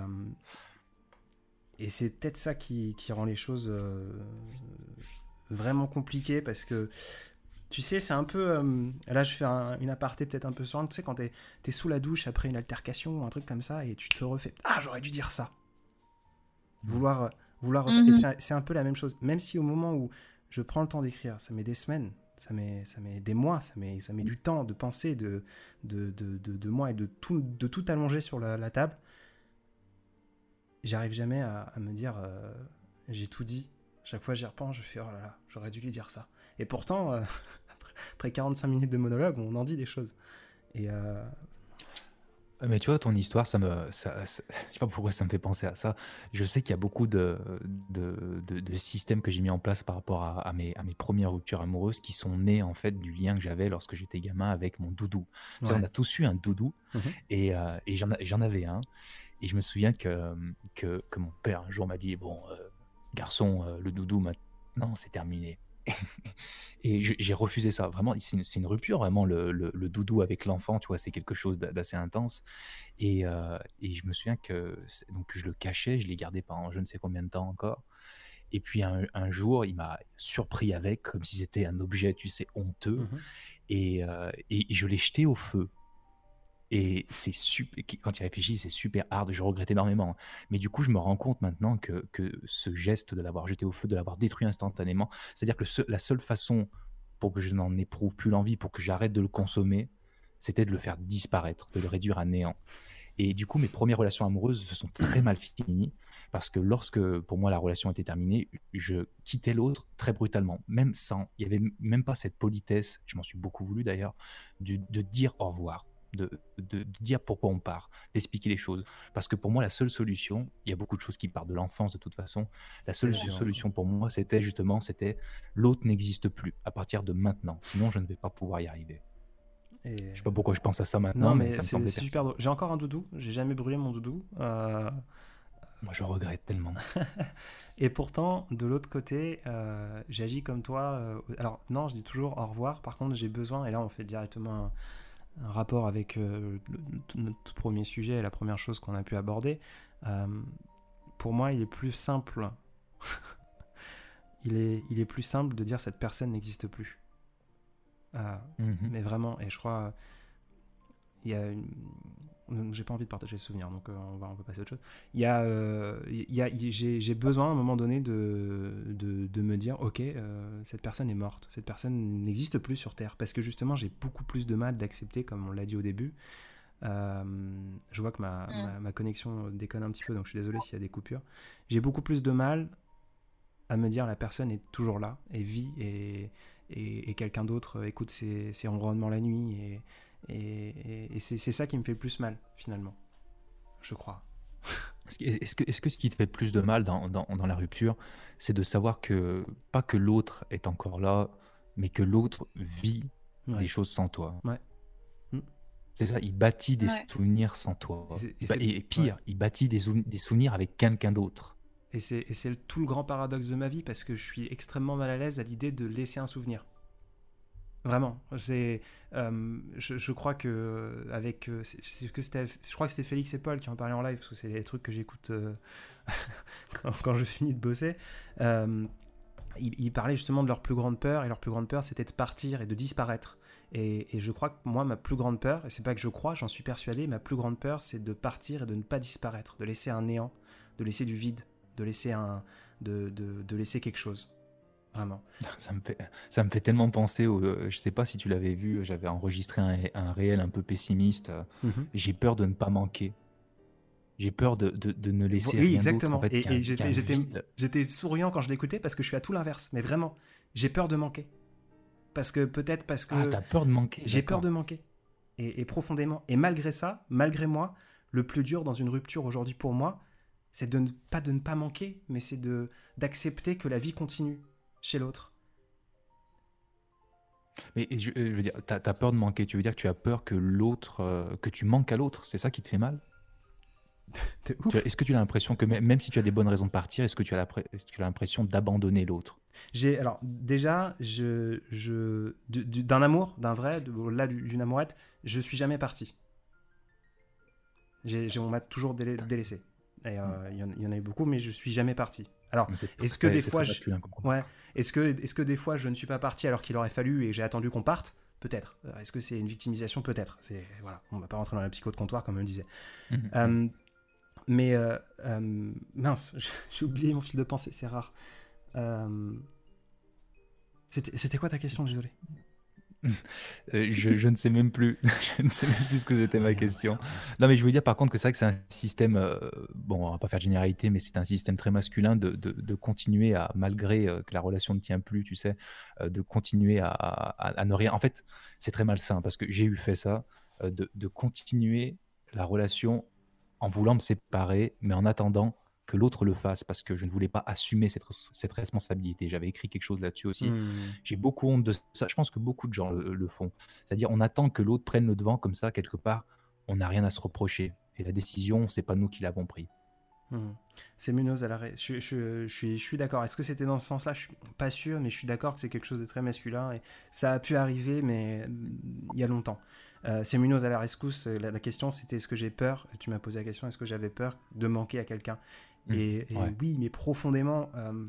et c'est peut-être ça qui, qui rend les choses euh, vraiment compliquées, parce que, tu sais, c'est un peu... Euh, là, je fais un, une aparté peut-être un peu sur un, tu sais, quand t'es, t'es sous la douche après une altercation ou un truc comme ça, et tu te refais « Ah, j'aurais dû dire ça !» Vouloir... Vouloir refaire... Mhm. Et c'est, c'est un peu la même chose. Même si au moment où je prends le temps d'écrire, ça met des semaines, ça met, ça met des mois, ça met, ça met du temps de penser de, de, de, de, de moi et de tout, de tout allonger sur la, la table, j'arrive jamais à, à me dire euh, j'ai tout dit. Chaque fois j'y repense, je fais oh là là, j'aurais dû lui dire ça. Et pourtant, euh, après quarante-cinq minutes de monologue, on en dit des choses. Et... Euh, Mais tu vois, ton histoire, ça me, ça, ça- je sais pas pourquoi ça me fait penser à ça. Je sais qu'il y a beaucoup de, de, de- de systèmes que j'ai mis en place par rapport à, à mes, à mes premières ruptures amoureuses qui sont nés en fait du lien que j'avais lorsque j'étais gamin avec mon doudou. Tu sais, Ouais. on a tous eu un doudou Mhm. et, euh, et j'en, a- j'en avais un. Et je me souviens que, que, que mon père un jour m'a dit, bon, euh, garçon, euh, le doudou maintenant c'est terminé. Et je- j'ai refusé ça. Vraiment, c'est une, c'est une rupture, vraiment, le, le- le doudou avec l'enfant, tu vois, c'est quelque chose d'a- d'assez intense. Et, euh, et je me souviens que c'est- donc, je le cachais, je l'ai gardé pendant je ne sais combien de temps encore. Et puis un, un jour, il m'a surpris avec, comme si c'était un objet, tu sais, honteux. Mhm. Et, euh, et je l'ai jeté au feu. Et c'est super, quand tu y réfléchis, c'est super hard, je regrette énormément. Mais du coup, je me rends compte maintenant que, que ce geste de l'avoir jeté au feu, de l'avoir détruit instantanément, c'est-à-dire que le seul- la seule façon pour que je n'en éprouve plus l'envie, pour que j'arrête de le consommer, c'était de le faire disparaître, de le réduire à néant. Et du coup, mes premières relations amoureuses se sont très mal finies, parce que lorsque, pour moi, la relation était terminée, je quittais l'autre très brutalement, même sans, il n'y avait même pas cette politesse, je m'en suis beaucoup voulu d'ailleurs, du- de dire au revoir. De, de, de dire pourquoi on part, d'expliquer les choses. Parce que pour moi, la seule solution, il y a beaucoup de choses qui partent de l'enfance de toute façon, la C'est seule violent, ça. solution pour moi, c'était justement, c'était l'autre n'existe plus à partir de maintenant, sinon je ne vais pas pouvoir y arriver. Et... Je sais pas pourquoi je pense à ça maintenant, Non, mais mais ça me c'est, semblait c'est super pertinent. drôle. J'ai encore un doudou, j'ai jamais brûlé mon doudou. Euh, Moi, je regrette tellement. Et pourtant, de l'autre côté, euh, j'agis comme toi. euh, Alors, non, je dis toujours au revoir. Par contre, j'ai besoin, et là, on fait directement un, un rapport avec euh, le- notre tout premier sujet, la première chose qu'on a pu aborder. Euh, pour moi, il est plus simple. il, est, il est plus simple de dire cette personne n'existe plus. Euh, Mhm. Mais vraiment, et je crois. Il y a une... J'ai pas envie de partager ce souvenir, donc euh, on, va, on va passer à autre chose. Il y a, euh, il y a, j'ai, j'ai besoin à un moment donné de, de, de me dire, ok, euh, cette personne est morte, cette personne n'existe plus sur Terre, parce que justement j'ai beaucoup plus de mal d'accepter, comme on l'a dit au début. Euh, je vois que ma, Mm. ma, ma connexion déconne un petit peu, donc je suis désolé s'il y a des coupures. J'ai beaucoup plus de mal à me dire la personne est toujours là, et vit, et, et, et quelqu'un d'autre écoute ses, ses ronronnements la nuit, et Et, et, et c'est, c'est ça qui me fait le plus mal, finalement. Je crois. Est-ce que, est-ce que, est-ce que ce qui te fait plus de mal dans, dans, dans la rupture, c'est de savoir que, pas que l'autre est encore là, mais que l'autre vit Ouais. des choses sans toi. Ouais. Mm. C'est ça, il bâtit des Ouais. souvenirs sans toi. Et, c'est, et, Il ba- c'est, et pire, ouais. il bâtit des, sou- des souvenirs avec quelqu'un d'autre. Et c'est, et c'est le, tout le grand paradoxe de ma vie, parce que je suis extrêmement mal à l'aise à l'idée de laisser un souvenir. Vraiment, c'est, euh, je, je crois que avec, euh, c'est, c'est que c'était, je crois que c'était Félix et Paul qui en parlaient en live, parce que c'est les trucs que j'écoute euh, quand, quand je finis de bosser. Euh, ils, ils parlaient justement de leur plus grande peur, et leur plus grande peur, c'était de partir et de disparaître. Et, et je crois que moi, ma plus grande peur, et c'est pas que je crois, j'en suis persuadé, ma plus grande peur, c'est de partir et de ne pas disparaître, de laisser un néant, de laisser du vide, de laisser un, de, de, de laisser quelque chose. Vraiment. Ça me fait, ça me fait tellement penser au, euh, je sais pas si tu l'avais vu, j'avais enregistré un, un réel un peu pessimiste. euh, Mm-hmm. J'ai peur de ne pas manquer. J'ai peur de, de, de ne laisser Oui, rien exactement. d'autre en fait Et, qu'un, et j'étais, qu'un j'étais, vide. j'étais souriant quand je l'écoutais, parce que je suis à tout l'inverse. Mais vraiment, j'ai peur de manquer. Parce que peut-être parce que Ah, t'as peur de manquer, j'ai d'accord. peur de manquer. Et, et profondément. Et malgré ça, malgré moi, le plus dur dans une rupture aujourd'hui pour moi, c'est de ne pas de ne pas manquer, mais c'est de d'accepter que la vie continue chez l'autre. Mais je, je veux dire, t'as, t'as peur de manquer, tu veux dire que tu as peur que l'autre, euh, que tu manques à l'autre, c'est ça qui te fait mal? T'es Tu as- ouf. Est-ce que tu as l'impression que même, même si tu as des bonnes raisons de partir, est-ce que tu as, la, est-ce que tu as l'impression d'abandonner l'autre? J'ai, alors, déjà, je, je, du- du- d'un amour, d'un vrai, de- au-delà du- d'une amourette, je suis jamais parti. J'ai, j'ai- on m'a toujours délai- délaissé. Et Hmm. euh, il y, en- il y en a eu beaucoup, mais je suis jamais parti. Alors, Mais C'est est-ce que très, des c'est fois, très je, masculin comme ouais, comportement. est-ce que, est-ce que des fois je ne suis pas parti alors qu'il aurait fallu et j'ai attendu qu'on parte? Peut-être. Euh, Est-ce que c'est une victimisation? Peut-être. C'est, voilà, on va pas rentrer dans la psycho de comptoir comme on le disait. Mhm, mhm. Euh, mais euh, euh, mince, j'ai oublié mon fil de pensée, c'est rare. Euh, c'était, c'était quoi ta question? Désolé. Euh, je, je ne sais même plus. Je ne sais même plus ce que c'était Oh, ma merde, question. merde, merde. Non, mais je veux dire par contre que c'est vrai que c'est un système, euh, bon, on va pas faire de généralité, mais c'est un système très masculin de, de, de continuer à, malgré euh, que la relation ne tient plus, tu sais, euh, de continuer à, à, à ne rien. En fait, c'est très malsain parce que j'ai eu fait ça, euh, de, de continuer la relation en voulant me séparer, mais en attendant que l'autre le fasse parce que je ne voulais pas assumer cette, res- cette responsabilité. J'avais écrit quelque chose là-dessus aussi. Hmm. J'ai beaucoup honte de ça. Je pense que beaucoup de gens le, le font. C'est-à-dire, on attend que l'autre prenne le devant comme ça, quelque part, on n'a rien à se reprocher. Et la décision, c'est pas nous qui l'avons pris. Hmm. C'est Munoz à l'arrêt. Je, je, je suis, je suis d'accord. Est-ce que c'était dans ce sens-là? Je suis pas sûr, mais je suis d'accord que c'est quelque chose de très masculin. Et ça a pu arriver, mais mm, il y a longtemps. Euh, c'est Munoz à la rescousse. La, la question, c'était est-ce que j'ai peur? Tu m'as posé la question, est-ce que j'avais peur de manquer à quelqu'un? Mmh. Et, et Ouais. oui, mais profondément, euh,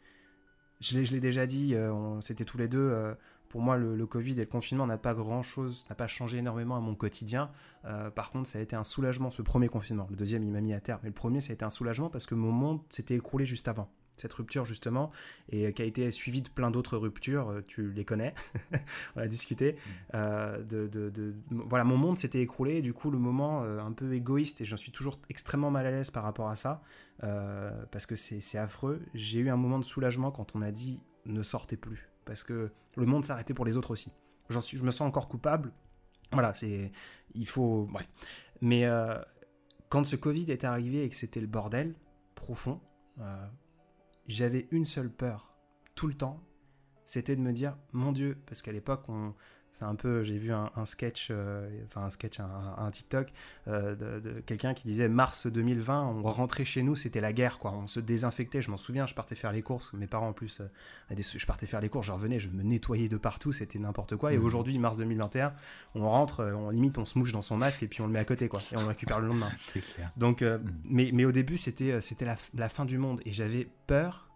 je l'ai, je l'ai déjà dit, euh, on- c'était tous les deux. euh, pour moi, le, le Covid et le confinement n'a pas grand-chose, n'a pas changé énormément à mon quotidien. Euh, par contre, ça a été un soulagement, ce premier confinement. Le deuxième, il m'a mis à terre. Mais le premier, ça a été un soulagement parce que mon monde s'était écroulé juste avant. Cette rupture, justement, et qui a été suivie de plein d'autres ruptures, euh, tu les connais, on a discuté. Euh, de, de, de- voilà, mon monde s'était écroulé, et du coup, le moment euh, un peu égoïste, et j'en suis toujours extrêmement mal à l'aise par rapport à ça, euh, parce que c'est, c'est affreux. J'ai eu un moment de soulagement quand on a dit ne sortez plus, parce que le monde s'arrêtait pour les autres aussi. J'en suis, je me sens encore coupable. Voilà, c'est, il faut, bref. Mais euh, quand ce Covid est arrivé et que c'était le bordel profond, euh, j'avais une seule peur tout le temps, c'était de me dire mon Dieu, parce qu'à l'époque on, c'est un peu, j'ai vu un, un sketch, euh, enfin un sketch, un, un TikTok euh, de, de quelqu'un qui disait mars deux mille vingt, on rentrait chez nous, c'était la guerre quoi, on se désinfectait. Je m'en souviens, je partais faire les courses, mes parents en plus, euh, des, je partais faire les courses, je revenais, je me nettoyais de partout, c'était n'importe quoi. Et Mmh. aujourd'hui, mars deux mille vingt et un, on rentre, euh, on limite, on se mouche dans son masque et puis on le met à côté quoi, et on le récupère le lendemain. C'est clair. Donc, euh, Mmh. mais, mais au début, c'était, euh, c'était la, la fin du monde et j'avais peur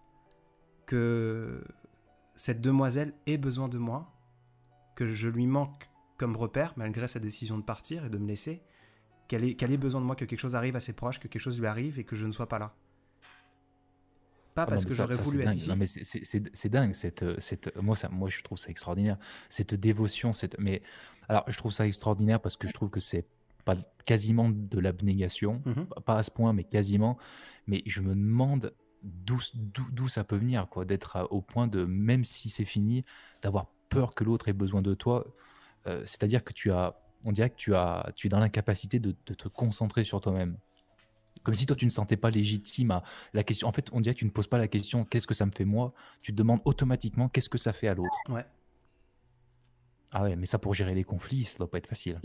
que cette demoiselle ait besoin de moi, que je lui manque comme repère, malgré sa décision de partir et de me laisser, qu'elle ait, qu'elle ait besoin de moi, que quelque chose arrive à ses proches, que quelque chose lui arrive et que je ne sois pas là. Pas Ah non, parce mais que ça, j'aurais ça, voulu c'est être dingue. ici. Non, mais c'est, c'est, c'est- c'est dingue. Cette, euh, cette, moi, ça, moi, je trouve ça extraordinaire. Cette dévotion, cette, mais alors, je trouve ça extraordinaire parce que je trouve que c'est pas quasiment de l'abnégation, Mhm. pas à ce point, mais quasiment. Mais je me demande d'où, d'où, d'où ça peut venir, quoi, d'être à- au point de, même si c'est fini, d'avoir peur que l'autre ait besoin de toi. Euh, c'est-à-dire que tu as, on dirait que tu as, tu es dans l'incapacité de, de te concentrer sur toi-même. Comme si toi, tu ne sentais pas légitime à la question. En fait, on dirait que tu ne poses pas la question qu'est-ce que ça me fait moi? Tu te demandes automatiquement qu'est-ce que ça fait à l'autre. Ouais. Ah ouais, mais ça, pour gérer les conflits, ça doit pas être facile.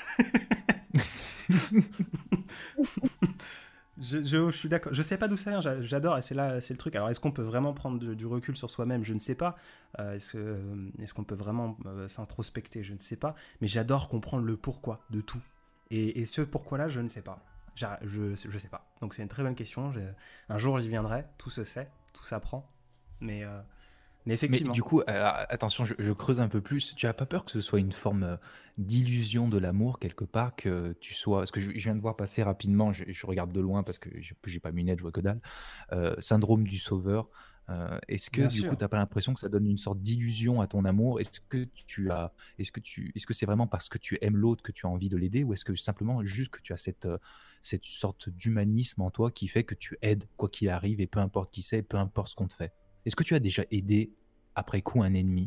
Je, je, je suis d'accord. Je sais pas d'où ça vient. j'a- J'adore et c'est là, c'est le truc. Alors, est-ce qu'on peut vraiment prendre de- du recul sur soi-même? Je ne sais pas. Euh, est-ce, que, euh, est-ce qu'on peut vraiment euh, s'introspecter? Je ne sais pas. Mais j'adore comprendre le pourquoi de tout. Et, et ce pourquoi-là, je ne sais pas. J'a- Je, je sais pas. Donc c'est une très bonne question. J'ai- Un jour, j'y viendrai. Tout se sait, tout s'apprend. Mais, euh, mais Mais effectivement. du coup, alors, attention, je, je creuse un peu plus. Tu as pas peur que ce soit une forme euh, d'illusion de l'amour quelque part, que tu sois. Parce que je, je viens de voir passer rapidement, je, je regarde de loin parce que j'ai j'ai pas mes lunettes, je vois que dalle. Euh, syndrome du sauveur. Euh, est-ce que Bien du coup, sûr. t'as pas l'impression que ça donne une sorte d'illusion à ton amour? Est-ce que tu as, est-ce que tu, est-ce que c'est vraiment parce que tu aimes l'autre que tu as envie de l'aider, ou est-ce que simplement juste que tu as cette, euh, cette sorte d'humanisme en toi qui fait que tu aides quoi qu'il arrive et peu importe qui c'est, peu importe ce qu'on te fait? Est-ce que tu as déjà aidé après coup un ennemi?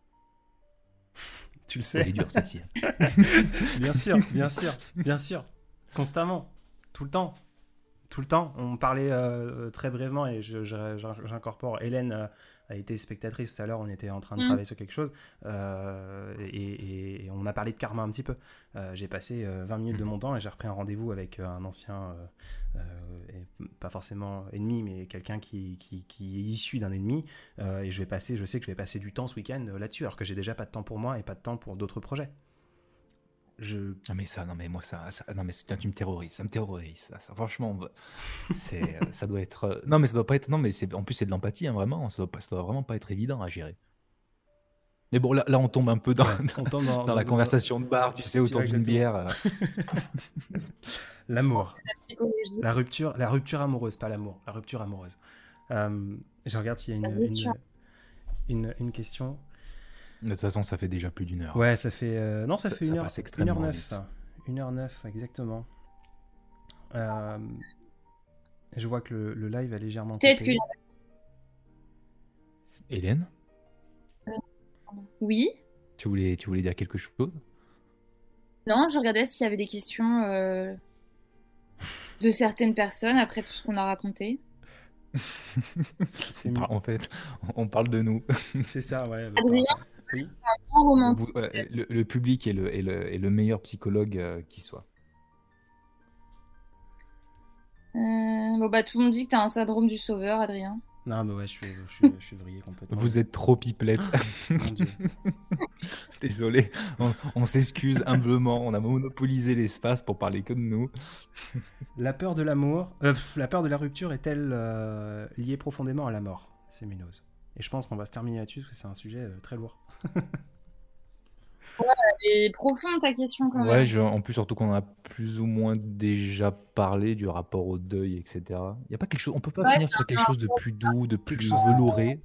Tu le Elle sais. est dure celle-ci. Bien sûr, bien sûr, bien sûr. Constamment. Tout le temps. Tout le temps. On parlait euh, très brièvement et je- je- je- j'incorpore Hélène, euh, a été spectatrice tout à l'heure, on était en train de Mm. travailler sur quelque chose, euh, et, et- et on a parlé de karma un petit peu. Euh, j'ai passé euh, vingt minutes de mon temps et j'ai repris un rendez-vous avec euh, un ancien, euh, euh, et pas forcément ennemi, mais quelqu'un qui, qui, qui est issu d'un ennemi, euh, et je vais passer, je sais que je vais passer du temps ce week-end euh, là-dessus, alors que j'ai déjà pas de temps pour moi et pas de temps pour d'autres projets. Je... Ah mais ça, non mais moi ça, ça- non mais c'est- tu me terrorises, ça me terrorise, ça, ça, franchement, bah, c'est, euh, ça doit être, euh, non mais ça doit pas être, non mais c'est, en plus c'est de l'empathie, hein, vraiment, ça doit pas, ça doit vraiment pas être évident à gérer. Mais bon, là, là on tombe un peu dans, Ouais, on tombe dans, dans dans- la dans- conversation de bar, tu sais, autour d'une Exactement. bière. euh. L'amour, La psychologie. la rupture, la rupture amoureuse, pas l'amour, la rupture amoureuse. Euh, je regarde s'il y a La une, rupture. une, une, une question. De toute façon, ça fait déjà plus d'une heure. Ouais, ça fait. euh, Non, ça, Ça- fait ça une heure, passe une extrêmement heure neuf. vite. une heure neuf, exactement. Euh, je vois que le, le live a légèrement Peut-être coupé. que. Hélène, Oui. tu voulais, tu voulais dire quelque chose? Non, je regardais s'il y avait des questions euh, de certaines personnes après tout ce qu'on a raconté. C'est On mieux. par- En fait, on parle de nous. C'est ça, ouais. bah, Adrien, par- Oui. grand romantique. Vous- euh, le, le public est le, est le, est le meilleur psychologue euh, qui soit. Euh, bon, bah, tout le monde dit que t'as un syndrome du sauveur, Adrien. Non, mais ouais, je suis, je suis, je suis vrillé complètement. Vous êtes trop pipelette. Mon Dieu. Désolé, on, on s'excuse humblement. On a monopolisé l'espace pour parler que de nous. La peur de l'amour, euh, pff, la peur de la rupture est-elle euh, liée profondément à la mort? C'est Munoz. Et je pense qu'on va se terminer là-dessus parce que c'est un sujet euh, très lourd. Et profonde ta question quand Ouais, même. je- en plus, surtout qu'on en a plus ou moins déjà parlé du rapport au deuil, et cetera. Il y a pas quelque chose, on peut pas Ouais, finir c'est sur un quelque chose de plus doux, de Quelque plus chose de- velouré.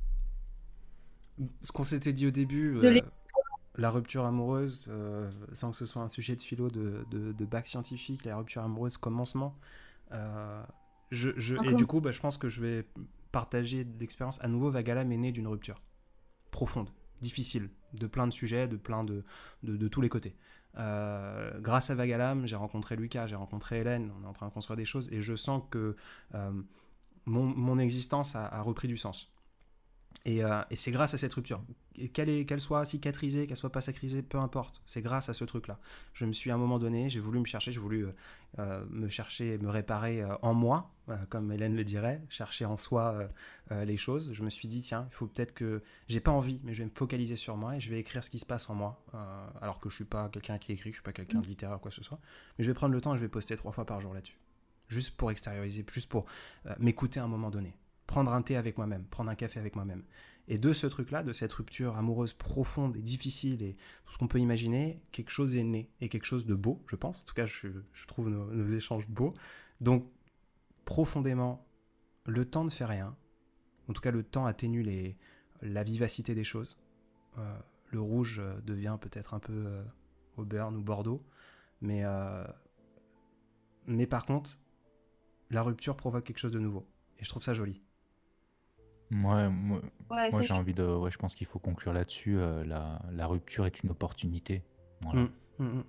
Ce qu'on s'était dit au début, De euh, l'ex- la rupture amoureuse, euh, sans que ce soit un sujet de philo de, de, de bac scientifique, la rupture amoureuse commencement. euh, je, je, et Encore. du coup, bah, je pense que je vais partager d'expérience. À nouveau, Vagalam est né d'une rupture profonde, difficile, de plein de sujets, de plein de, de, de tous les côtés. Euh, grâce à Vagalam, j'ai rencontré Lucas, j'ai rencontré Hélène, on est en train de construire des choses et je sens que euh, mon, mon existence a, a repris du sens. Et, euh, et c'est grâce à cette rupture. Et qu'elle, est, qu'elle soit cicatrisée, qu'elle soit pas cicatrisée, peu importe. C'est grâce à ce truc-là. Je me suis à un moment donné, j'ai voulu me chercher, j'ai voulu euh, euh, me chercher, me réparer euh, en moi, euh, comme Hélène le dirait, chercher en soi euh, euh, les choses. Je me suis dit, tiens, il faut peut-être que... J'ai pas envie, mais je vais me focaliser sur moi et je vais écrire ce qui se passe en moi. Euh, alors que je suis pas quelqu'un qui écrit, je suis pas quelqu'un de littéraire ou quoi que ce soit. Mais je vais prendre le temps et je vais poster trois fois par jour là-dessus. Juste pour extérioriser, juste pour euh, m'écouter à un moment donné. Prendre un thé avec moi-même, prendre un café avec moi-même. Et de ce truc-là, de cette rupture amoureuse profonde et difficile et tout ce qu'on peut imaginer, quelque chose est né et quelque chose de beau, je pense. En tout cas, je, je trouve nos, nos échanges beaux. Donc, profondément, le temps ne fait rien. En tout cas, le temps atténue les, la vivacité des choses. Euh, le rouge euh, devient peut-être un peu euh, Auburn ou Bordeaux. Mais, euh, mais par contre, la rupture provoque quelque chose de nouveau. Et je trouve ça joli. Ouais, moi, Ouais, moi, c'est j'ai envie de. Ouais, je pense qu'il faut conclure là-dessus. euh, la, la rupture est une opportunité. Voilà. Mm, mm, mm.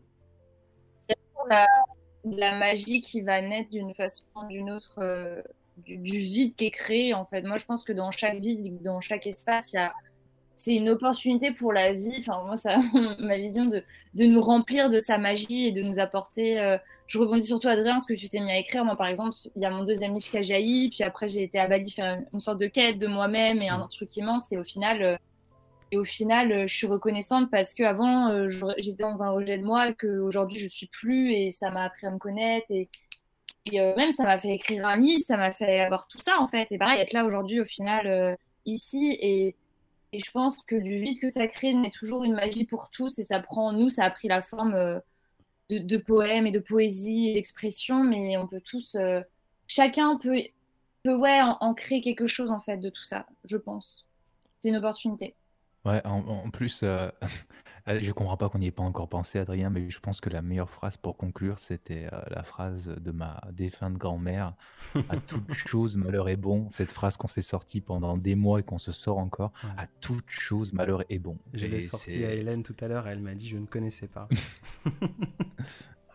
la, la magie qui va naître d'une façon ou d'une autre euh, du, du vide qui est créé en fait. Moi je pense que dans chaque vide, dans chaque espace, il y a c'est une opportunité pour la vie. Enfin moi ça ma vision de, de nous remplir de sa magie et de nous apporter. Euh, je rebondis sur toi Adrien, ce que tu t'es mis à écrire. Moi par exemple, il y a mon deuxième livre qui a jailli, puis après j'ai été à Bali faire une sorte de quête de moi-même et un Mm. truc immense. Et au final. Euh, Et au final, euh, je suis reconnaissante parce qu'avant, euh, j'étais dans un rejet de moi qu'aujourd'hui, je suis plus et ça m'a appris à me connaître. Et, et euh, même, ça m'a fait écrire un livre, ça m'a fait avoir tout ça, en fait. Et pareil, être là aujourd'hui, au final, euh, ici. Et, et je pense que du vide que ça crée naît toujours une magie pour tous. Et ça prend, nous, ça a pris la forme euh, de, de poèmes et de poésie et d'expression. Mais on peut tous, euh, chacun peut, peut ouais, en, en créer quelque chose, en fait, de tout ça, je pense. C'est une opportunité. Ouais, en, en plus, euh, je comprends pas qu'on n'y ait pas encore pensé, Adrien, mais je pense que la meilleure phrase pour conclure, c'était euh, la phrase de ma défunte grand-mère. À toute chose, malheur est bon. Cette phrase qu'on s'est sortie pendant des mois et qu'on se sort encore. Ouais. À toute chose, malheur est bon. Je Et l'ai sorti c'est- à Hélène tout à l'heure et elle m'a dit je ne connaissais pas.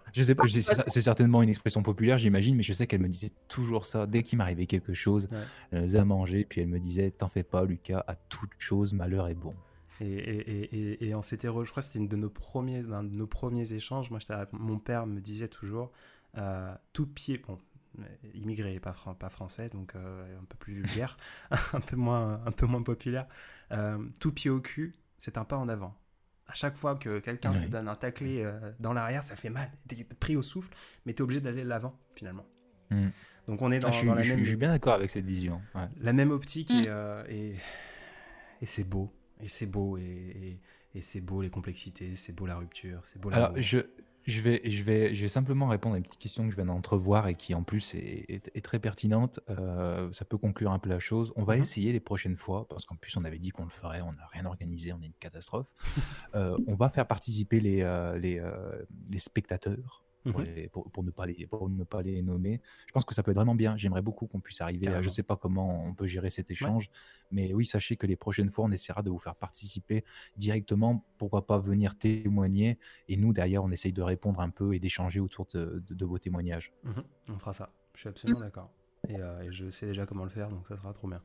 Je sais pas, je sais- Pas c'est c'est certainement une expression populaire, j'imagine, mais je sais qu'elle me disait toujours ça. Dès qu'il m'arrivait quelque chose, Ouais. elle me faisait à manger, puis elle me disait, t'en fais pas, Lucas, à toute chose, malheur est bon. Et, et, et, et, et on s'était re... je crois que c'était une de nos premiers, un de nos premiers échanges. Moi, j'étais à- mon père me disait toujours, euh, tout pied, bon, immigré, pas, fran- pas français, donc euh, un peu plus vulgaire, un peu moins, un peu moins populaire. Euh, tout pied au cul, c'est un pas en avant. À chaque fois que quelqu'un te Oui. donne un taclé euh, dans l'arrière, ça fait mal. T'es pris au souffle, mais t'es obligé d'aller de l'avant finalement. Mm. Donc on est Ah, je dans, dans suis, la je suis- je même, suis bien d'accord avec cette vision. Ouais. la même optique Mm. et, euh, et, et c'est beau. Et c'est beau et, et, et c'est beau les complexités, c'est beau la rupture, c'est beau Alors, l'amour. je, je vais, je vais, je vais simplement répondre à une petite question que je viens d'entrevoir et qui en plus est, est- est très pertinente. Euh, ça peut conclure un peu la chose. On va Mhm. essayer les prochaines fois, parce qu'en plus on avait dit qu'on le ferait, on n'a rien organisé, on est une catastrophe. Euh, on va faire participer les, euh, les, euh, les spectateurs. Pour, Mhm. les- pour- pour ne pas les, pour ne pas les nommer. Je pense que ça peut être vraiment bien. J'aimerais beaucoup qu'on puisse arriver à, je Carrément. sais pas comment on peut gérer cet Ouais. échange, mais oui, sachez que les prochaines fois, on essaiera de vous faire participer directement. Pourquoi pas venir témoigner et nous, derrière, on essaye de répondre un peu et d'échanger autour de, de- de vos témoignages. Mhm. On fera ça. Je suis Mm. absolument d'accord. Et, euh, et je sais déjà comment le faire, donc ça sera trop bien.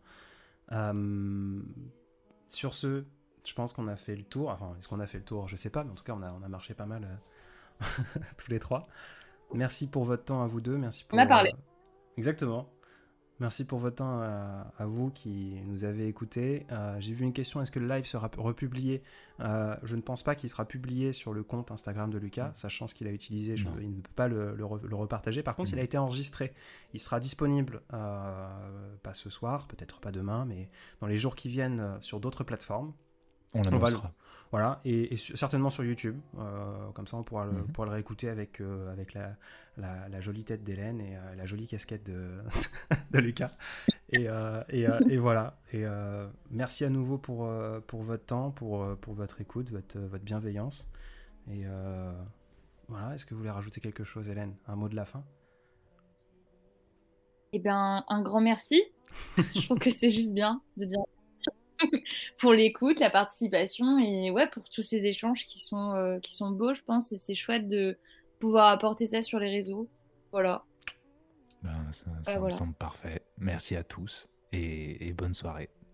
Euh, sur ce, je pense qu'on a fait le tour. Enfin, est-ce qu'on a fait le tour? Je sais pas, mais en tout cas, on a, on a marché pas mal euh, tous les trois. Merci pour votre temps à vous deux. Merci On pour. a parlé. euh, Exactement. Merci pour votre temps à, à vous qui nous avez écoutés. Euh, J'ai vu une question, est-ce que le live sera republié? Euh, Je ne pense pas qu'il sera publié sur le compte Instagram de Lucas, sachant ce qu'il a utilisé, je, Non. il ne peut pas le, le, re- le repartager. Par contre, il a Non. été enregistré. Il sera disponible, euh, pas ce soir, peut-être pas demain, mais dans les jours qui viennent euh, sur d'autres plateformes. On On va le- l'annoncera. Voilà, et, et su- certainement sur YouTube. Euh, comme ça, on pourra le, Mhm. pourra le réécouter avec, euh, avec la, la, la jolie tête d'Hélène et euh, la jolie casquette de, de Lucas. Et, euh, et, euh, et voilà. Et euh, merci à nouveau pour, euh, pour votre temps, pour, euh, pour votre écoute, votre, votre bienveillance. Et euh, voilà, est-ce que vous voulez rajouter quelque chose, Hélène? Un mot de la fin? Eh ben, un grand merci. Je trouve que c'est juste bien de dire pour l'écoute, la participation et ouais, pour tous ces échanges qui sont, euh, qui sont beaux, je pense, et c'est chouette de pouvoir apporter ça sur les réseaux. Voilà. Ben, ça ça Voilà, me voilà. semble parfait. Merci à tous et, et bonne soirée.